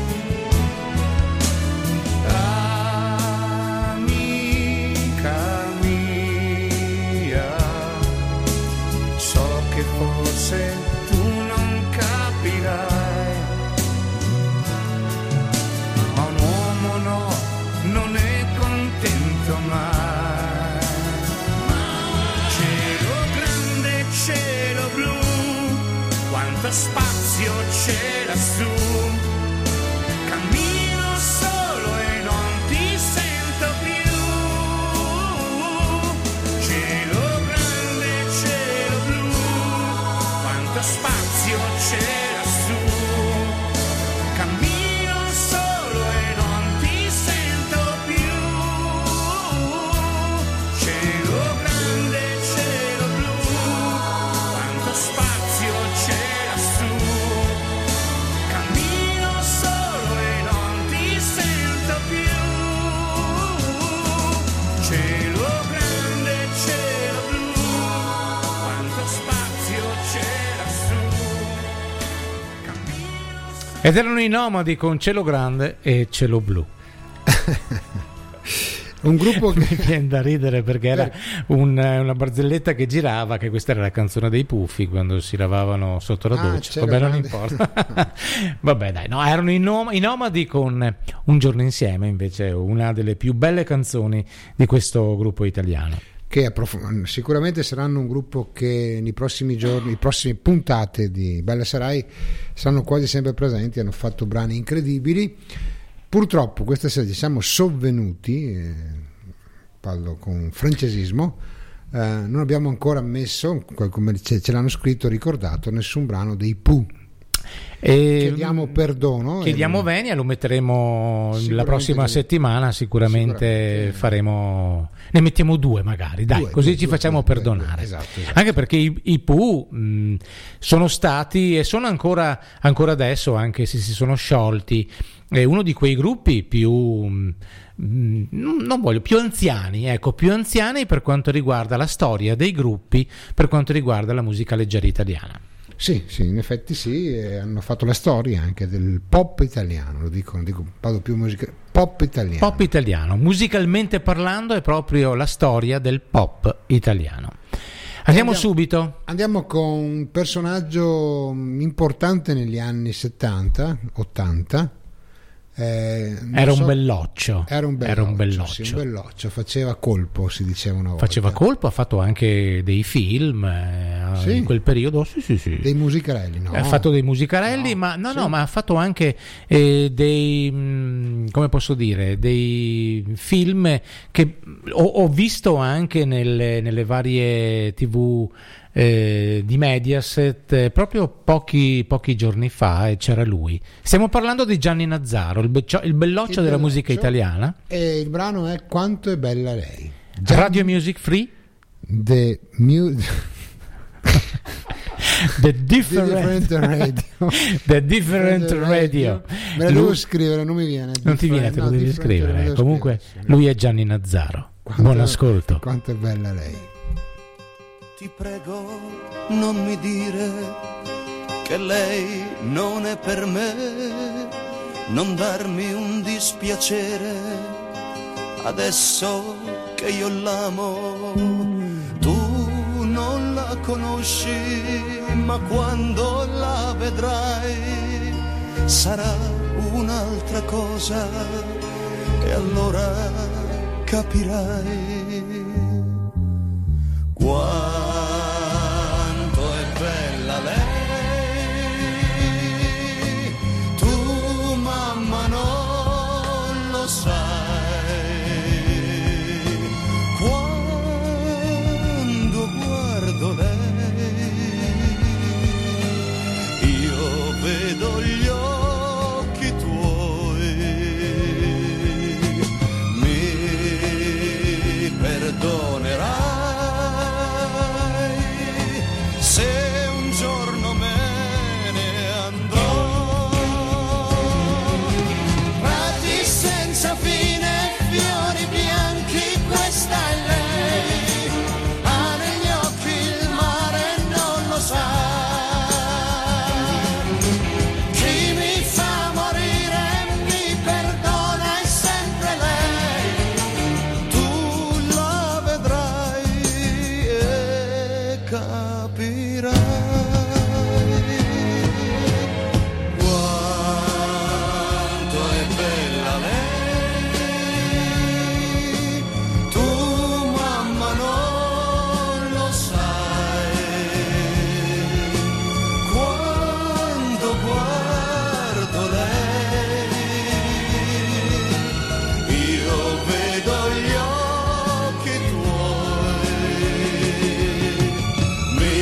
Amica mia, so che forse ma un uomo no, non è contento mai. Cielo grande, cielo blu, quanto spazio c'è lassù. Cammino solo e non ti sento più. Cielo grande, cielo blu, quanto spazio c'è lassù. Cammino solo e non ti sento più. Cielo grande, cielo blu, quanto spazio c'è lassù. Cammino solo e non ti sento più. Cielo grande, cielo blu, quanto spazio c'è lassù. Ed erano i Nomadi con Cielo Grande e Cielo Blu. Un gruppo che mi viene da ridere perché era una barzelletta che girava, che questa era la canzone dei Puffi quando si lavavano sotto la doccia. Vabbè, non importa. Vabbè, dai, no, erano i Nomadi con Un giorno insieme, invece una delle più belle canzoni di questo gruppo italiano. Che sicuramente saranno un gruppo che nei prossimi giorni, le prossime puntate di Bella Sarai saranno quasi sempre presenti, hanno fatto brani incredibili. Purtroppo questa sera ci siamo sovvenuti, parlo con francesismo, non abbiamo ancora messo, come ce l'hanno scritto, ricordato, nessun brano dei Pooh. Chiediamo perdono, chiediamo venia, lo metteremo la prossima settimana, sicuramente faremo, ne mettiamo due magari, dai, così ci facciamo perdonare. Esatto. Anche perché i Pooh sono stati e sono ancora adesso, anche se si sono sciolti, è uno di quei gruppi più più anziani, più anziani per quanto riguarda la storia dei gruppi, per quanto riguarda la musica leggera italiana. Sì, in effetti sì, hanno fatto la storia anche del pop italiano, lo dico parlo più musica, pop italiano. Pop italiano, musicalmente parlando è proprio la storia del pop italiano. Andiamo subito? Andiamo con un personaggio importante negli anni 70, 80. Era un belloccio. Sì, un belloccio, faceva colpo, si diceva una volta. Faceva colpo, ha fatto anche dei film in quel periodo. Sì. Dei musicarelli, no? Ha fatto dei musicarelli, ma ha fatto anche dei, come posso dire, dei film che ho visto anche nelle varie TV di Mediaset proprio pochi giorni fa, e c'era lui. Stiamo parlando di Gianni Nazzaro, il belloccio della musica italiana, e il brano è Quanto è bella lei. Radio Music Free, The Different Radio. Me la devo scrivere, non mi viene. Non ti viene, te lo devi scrivere. Comunque lui è Gianni Nazzaro. Buon ascolto. Quanto è bella lei. Ti prego, non mi dire che lei non è per me, non darmi un dispiacere, adesso che io l'amo. Tu non la conosci, ma quando la vedrai sarà un'altra cosa, e allora capirai. Quanto capirai quanto è bella lei. Tu mamma non lo sai, quando guardo lei io vedo gli occhi tuoi. Mi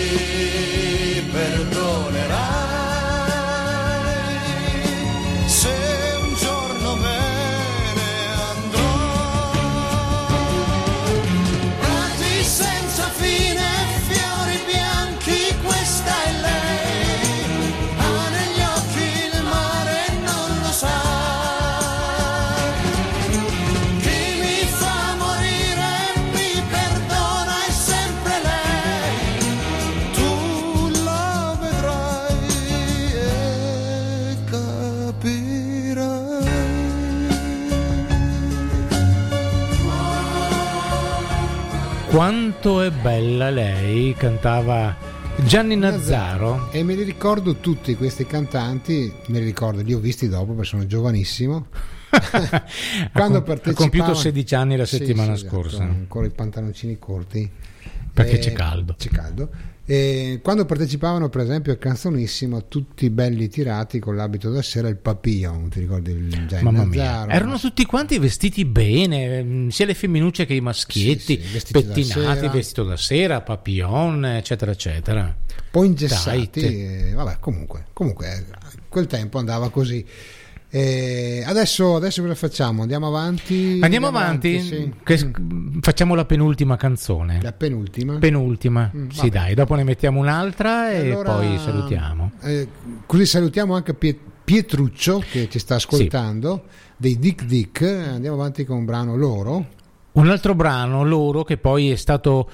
perdonerai se un giorno me ne andrò. Prati senza fine, fiori bianchi, questa è lei. Ha negli occhi il mare, non lo sa. Chi mi fa morire mi perdona, è sempre lei. Tu la vedrai e capirai. Quanto è bella lei, cantava Gianni Nazzaro. E me li ricordo tutti questi cantanti, me li ricordo, li ho visti dopo perché sono giovanissimo. Quando Ha compiuto 16 anni la settimana sì, scorsa. esatto, ancora i pantaloncini corti. Perché c'è caldo. C'è caldo. E quando partecipavano per esempio a Canzonissimo, tutti belli tirati con l'abito da sera, il papillon, ti ricordi il Gianni Mamma Nazzaro? mia, erano tutti quanti vestiti bene, sia le femminucce che i maschietti, Sì, vestiti da pettinati, sera. vestito da sera, papillon, eccetera, eccetera. Un po' ingessati, Tight. vabbè, comunque quel tempo andava così. Adesso cosa facciamo? Andiamo avanti? Andiamo avanti? Sì. Facciamo la penultima canzone. La penultima? Penultima, sì, vabbè. dai, dopo ne mettiamo un'altra e Allora, poi salutiamo. Così salutiamo anche Pietruccio che ci sta ascoltando, dei Dick Dick. Andiamo avanti con un brano loro. Un altro brano loro che poi è stato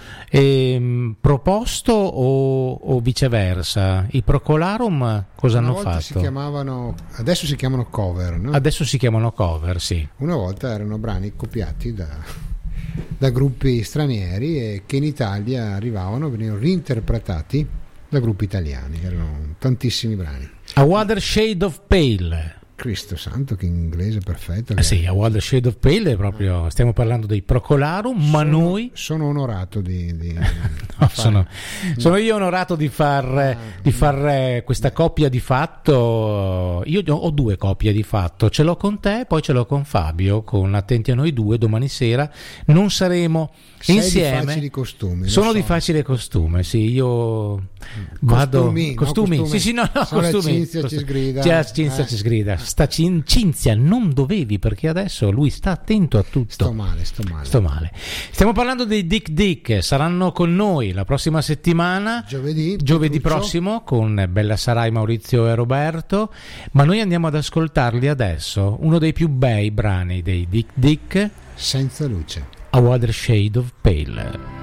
proposto o viceversa? I Procolarum cosa Una hanno volta fatto? si chiamavano, adesso si chiamano cover, no? Adesso si chiamano cover, sì. Una volta erano brani copiati da gruppi stranieri e che in Italia arrivavano, venivano reinterpretati da gruppi italiani. Erano tantissimi brani. A Water Shade of Pale. Cristo santo, che in inglese perfetto. Sì, A Water Shade of Pale è proprio, stiamo parlando dei Procolarum, ma noi sono onorato di no, sono io onorato di far questa coppia di fatto. Io ho 2 coppie di fatto, ce l'ho con te, poi ce l'ho con Fabio, con Attenti a noi 2 domani sera. Non saremo insieme. Di facili costumi. Sono di facile costume, sì, io vado costumi. Sì, no, costumi. Cinzia ci sgrida. Cinzia ci sgrida. Cinzia, non dovevi, perché adesso lui sta attento a tutto. Sto male. Stiamo parlando dei Dick Dick, saranno con noi la prossima settimana, giovedì prossimo, con Bella Sarai, Maurizio e Roberto, ma noi andiamo ad ascoltarli adesso, uno dei più bei brani dei Dick Dick, Senza luce, A Water Shade of Pale.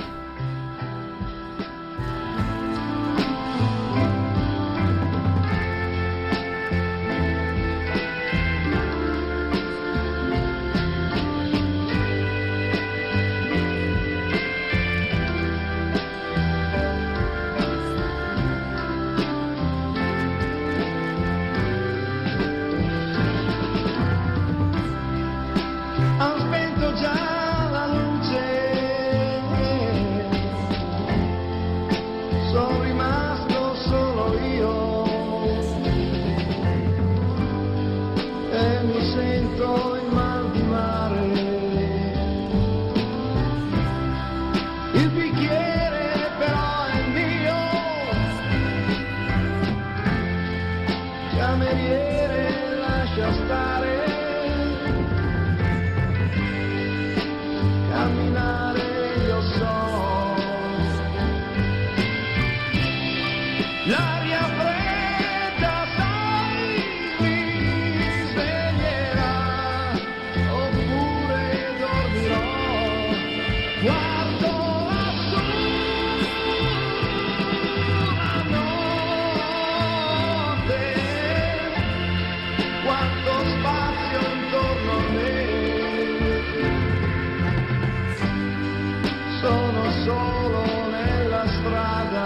Ho spento già la luce, sono rimasto solo io e mi sento in mal di mare. Il bicchiere però è mio, cameriere lascia stare. Camminare io so, l'aria fredda sai mi sveglierà, oppure dormirò, guardo lassù la notte, quanto spazio intorno a me. Sono solo nella strada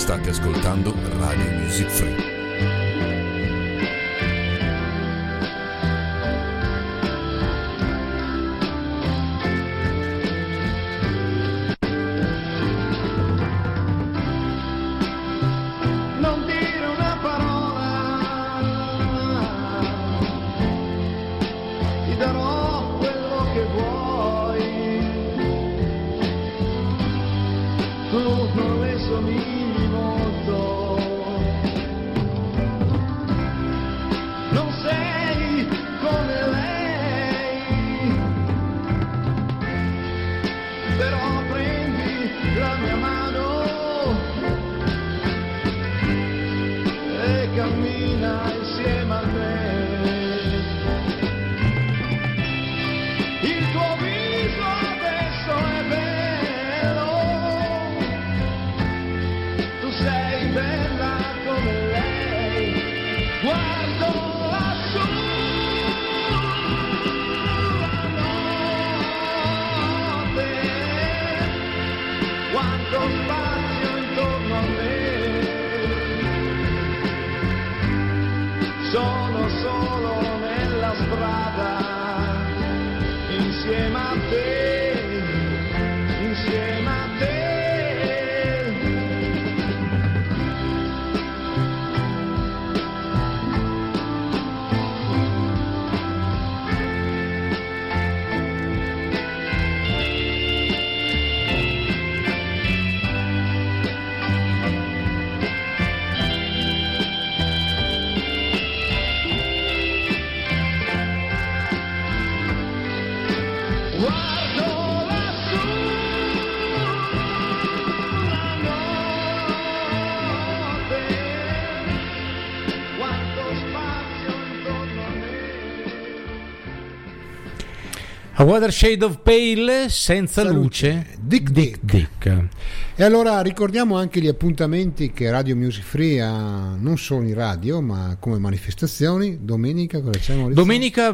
State ascoltando Radio Music Free. A Water Shade of Pale, senza luce, Dick. E allora ricordiamo anche gli appuntamenti che Radio Music Free ha, non solo in radio ma come manifestazioni. Domenica cosa c'è, Maurizio? Domenica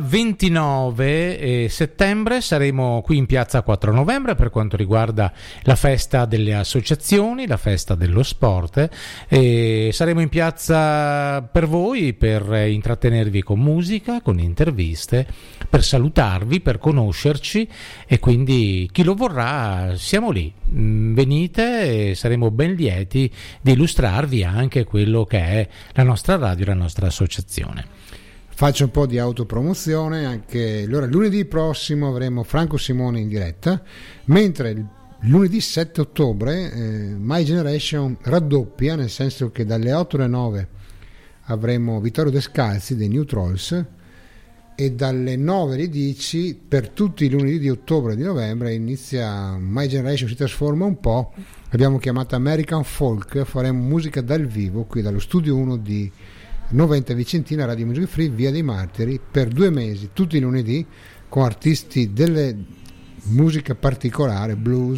29 settembre saremo qui in piazza 4 novembre per quanto riguarda la festa delle associazioni, la festa dello sport, e saremo in piazza per voi, per intrattenervi con musica, con interviste, per salutarvi, per conoscerci, e quindi chi lo vorrà siamo lì, venite e saremo ben lieti di illustrarvi anche quello che è la nostra radio, la nostra associazione. Faccio un po' di autopromozione anche. Allora, lunedì prossimo avremo Franco Simone in diretta, mentre il lunedì 7 ottobre My Generation raddoppia, nel senso che dalle 8 alle 9 avremo Vittorio Descalzi dei New Trolls, e dalle 9 alle 10 per tutti i lunedì di ottobre e di novembre inizia My Generation, si trasforma un po', l'abbiamo chiamata American Folk. Faremo musica dal vivo qui dallo studio 1 di 90 Vicentina, Radio Music Free, Via dei Martiri, per 2 mesi, tutti i lunedì, con artisti delle musica particolare,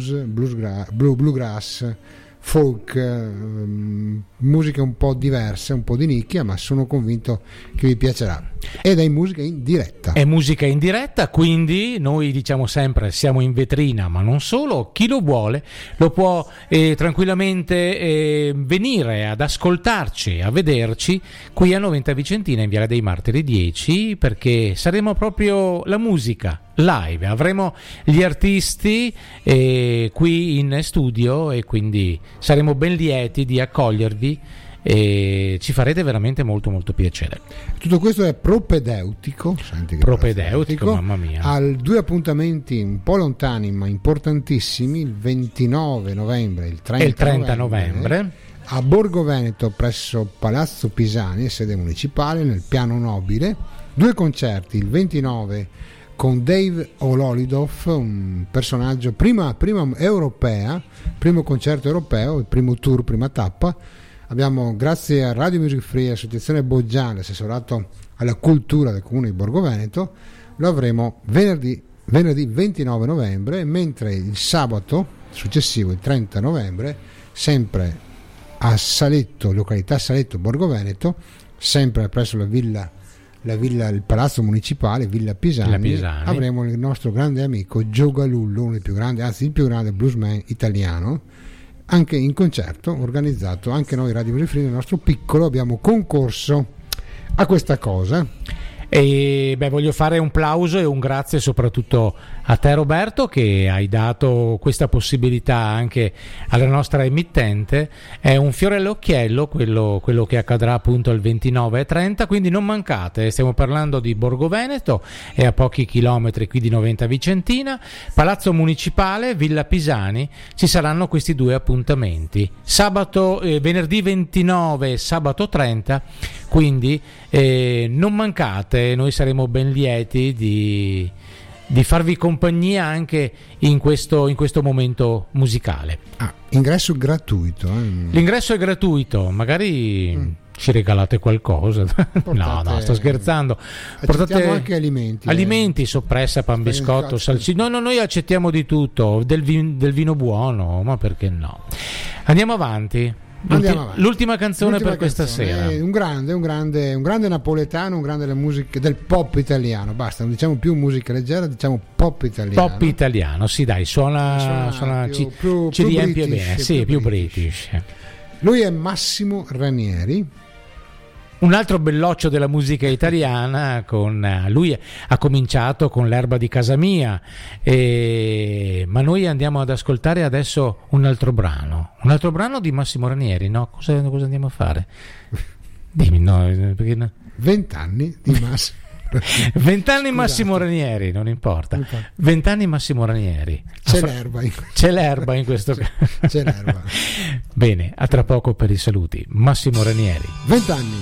bluegrass, folk, musiche un po' diverse, un po' di nicchia, ma sono convinto che vi piacerà. Ed è musica in diretta. È musica in diretta, quindi noi diciamo sempre siamo in vetrina, ma non solo. Chi lo vuole lo può tranquillamente venire ad ascoltarci, a vederci qui a 90 Vicentina in Via dei Martiri 10, perché saremo proprio la musica live, avremo gli artisti qui in studio, e quindi saremo ben lieti di accogliervi e ci farete veramente molto molto piacere. Tutto questo è propedeutico, mamma mia, a 2 appuntamenti un po' lontani ma importantissimi, il 29 novembre e il 30 novembre a Borgo Veneto presso Palazzo Pisani, sede municipale, nel piano nobile. 2 concerti, il 29 con Dave Ololidoff, un personaggio prima europea, primo concerto europeo, il primo tour, prima tappa. Abbiamo, grazie a Radio Music Free e Associazione Boggiale, assessorato alla cultura del comune di Borgo Veneto, lo avremo venerdì 29 novembre, mentre il sabato successivo, il 30 novembre, sempre a Saletto, località Saletto, Borgo Veneto, sempre presso la villa, il palazzo municipale, Villa Pisani, avremo il nostro grande amico Gio Galullo, uno dei più grandi, anzi il più grande bluesman italiano, anche in concerto organizzato anche noi Radio Music Free nel nostro piccolo abbiamo concorso a questa cosa. E voglio fare un plauso e un grazie soprattutto a te, Roberto, che hai dato questa possibilità anche alla nostra emittente. È un fiore all'occhiello quello che accadrà appunto il 29 e 30, quindi non mancate. Stiamo parlando di Borgo Veneto, è a pochi chilometri qui di Noventa Vicentina, Palazzo Municipale, Villa Pisani. Ci saranno questi due appuntamenti, venerdì 29 e sabato 30, quindi non mancate, noi saremo ben lieti di farvi compagnia anche in questo momento musicale. Ingresso gratuito. L'ingresso è gratuito, magari ci regalate qualcosa. No, sto scherzando. Portate anche alimenti, soppressa, pan biscotto, salsiccia. No, noi accettiamo di tutto, del vino buono, ma perché no? Andiamo avanti. L'ultima canzone per questa sera. Un grande napoletano, un grande della musica, del pop italiano. Basta, non diciamo più musica leggera, diciamo pop italiano. Pop italiano, sì, dai, suona ci riempie bene. Sì, più British. Lui è Massimo Ranieri. Un altro belloccio della musica italiana, lui ha cominciato con L'erba di casa mia, ma noi andiamo ad ascoltare adesso un altro brano di Massimo Ranieri, no? Cosa andiamo a fare? Dimmi, no, perché no? 20 anni di Massimo. 20 anni Massimo Ranieri, non importa. 20 anni Massimo Ranieri. C'è l'erba in questo caso. C'è l'erba. Bene, a tra poco per i saluti. Massimo Ranieri. 20 anni.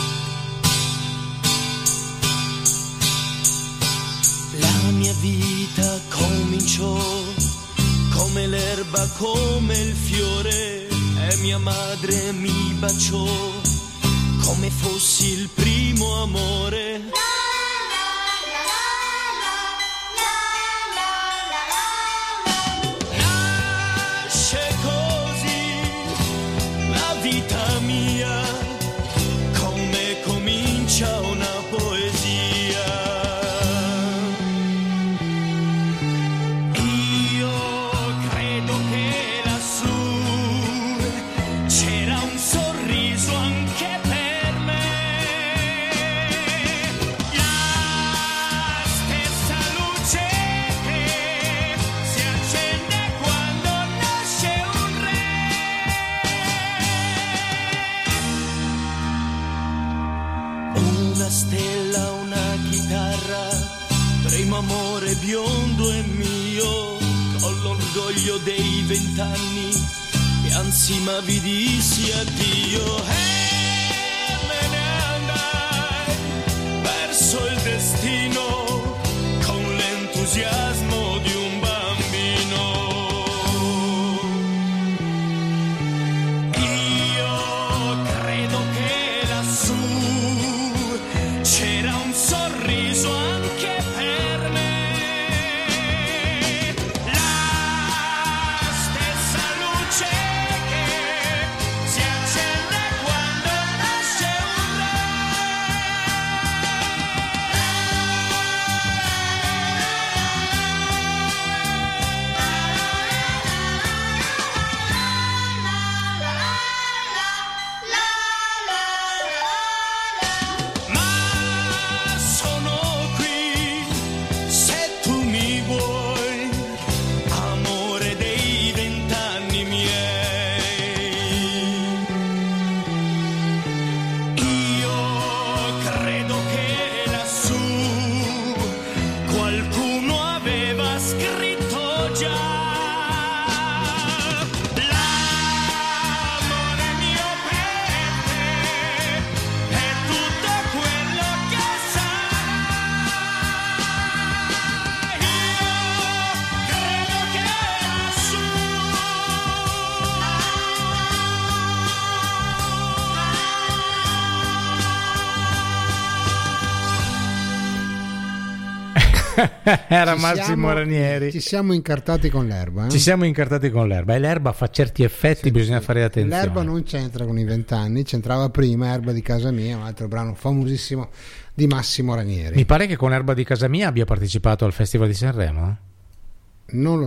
La mia vita cominciò come l'erba, come il fiore, e mia madre mi baciò come fossi il primo amore. Nasce così la vita mia, come comincia una poesia. Stella, una chitarra, primo amore biondo e mio, con l'orgoglio dei 20 anni, e anzi ma vi dissi addio, e me ne andai verso il destino, con l'entusiasmo di un bambino. Io credo che lassù c'era un sorriso anche per me, la stessa luce che si accende quando nasce un Era Massimo Ranieri. Ci siamo incartati con l'erba. Ci siamo incartati con l'erba, e l'erba fa certi effetti, bisogna fare attenzione. L'erba non c'entra con i 20 anni, c'entrava prima Erba di casa mia, un altro brano famosissimo di Massimo Ranieri. Mi pare che con Erba di casa mia abbia partecipato al Festival di Sanremo. Non lo so.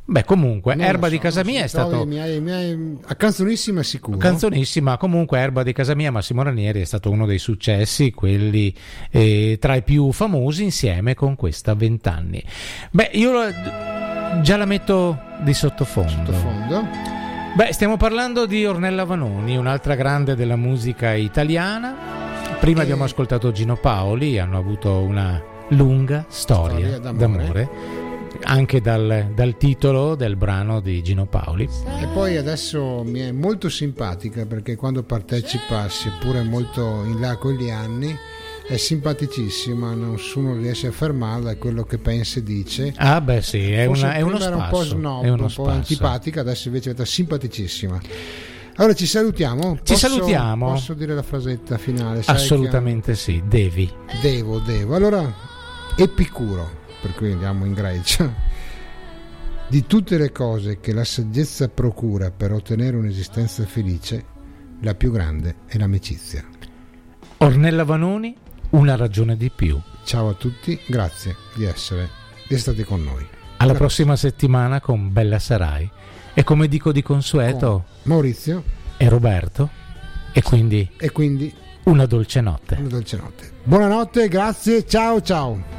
Beh, comunque, Erba di casa mia è stato... Canzonissima sicuro. Canzonissima, comunque Erba di casa mia, Massimo Ranieri, è stato uno dei successi, quelli tra i più famosi, insieme con questa 20 anni. Beh, io già la metto di sottofondo. Beh, stiamo parlando di Ornella Vanoni, un'altra grande della musica italiana. Prima abbiamo ascoltato Gino Paoli, hanno avuto una lunga storia d'amore. Anche dal titolo del brano di Gino Paoli. E poi adesso mi è molto simpatica, perché quando partecipa, seppure molto in là con gli anni, è simpaticissima, nessuno riesce a fermarla, è quello che pensa e dice. Ah beh sì, è uno era un po' spasso, snob, un po' antipatica, adesso invece diventa simpaticissima. Allora ci salutiamo? Salutiamo. Posso dire la frasetta finale? Assolutamente sì, devi. Devo. Allora, Epicuro, per cui andiamo in Grecia. Di tutte le cose che la saggezza procura per ottenere un'esistenza felice, la più grande è l'amicizia. Ornella Vanoni, una ragione di più. Ciao a tutti, grazie di essere stati con noi. Alla prossima settimana con Bella Sarai, e come dico di consueto, con Maurizio e Roberto, e quindi una dolce notte. Buonanotte, grazie, ciao.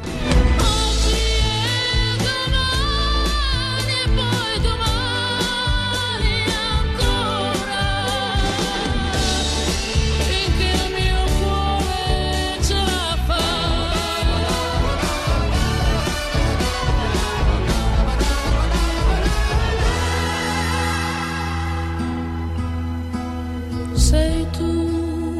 Sei tu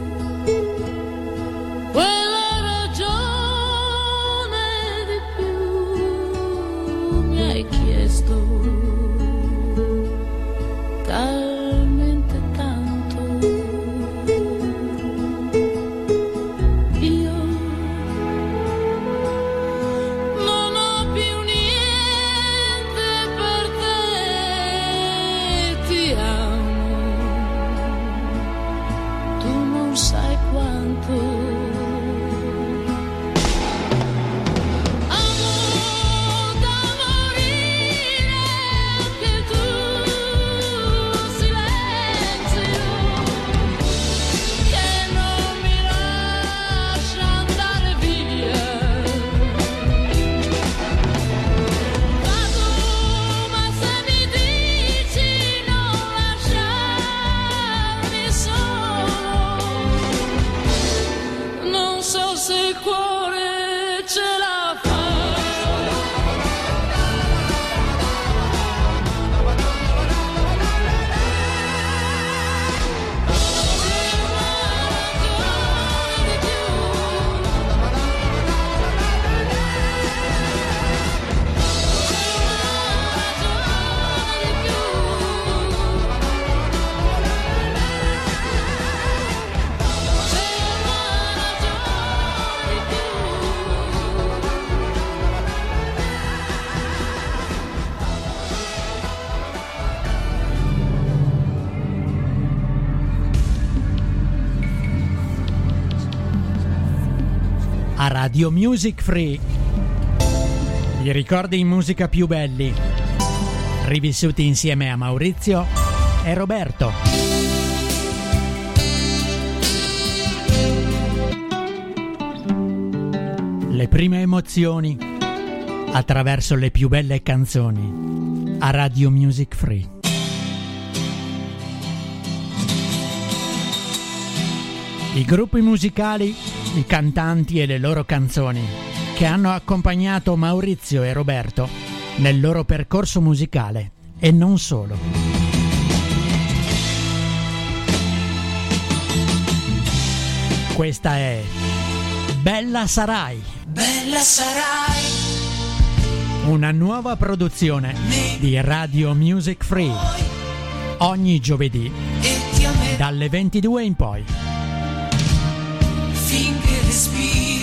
quella ragione di più, mi hai chiesto talmente tanto. Io non ho più niente per te, ti amo. Non sai quanto amo da morire anche il tuo silenzio che non mi lascia andare via. Vado, ma se mi dici non lasciarmi solo, non so se il cuore ce la fa. A Radio Music Free, i ricordi in musica più belli, rivissuti insieme a Maurizio e Roberto. Le prime emozioni attraverso le più belle canzoni a Radio Music Free. I gruppi musicali, i cantanti e le loro canzoni che hanno accompagnato Maurizio e Roberto nel loro percorso musicale e non solo. Questa è Bella Sarai. Bella sarai, Una nuova produzione di Radio Music Free. Ogni giovedì e ti amerò dalle 22 in poi. finché respiri.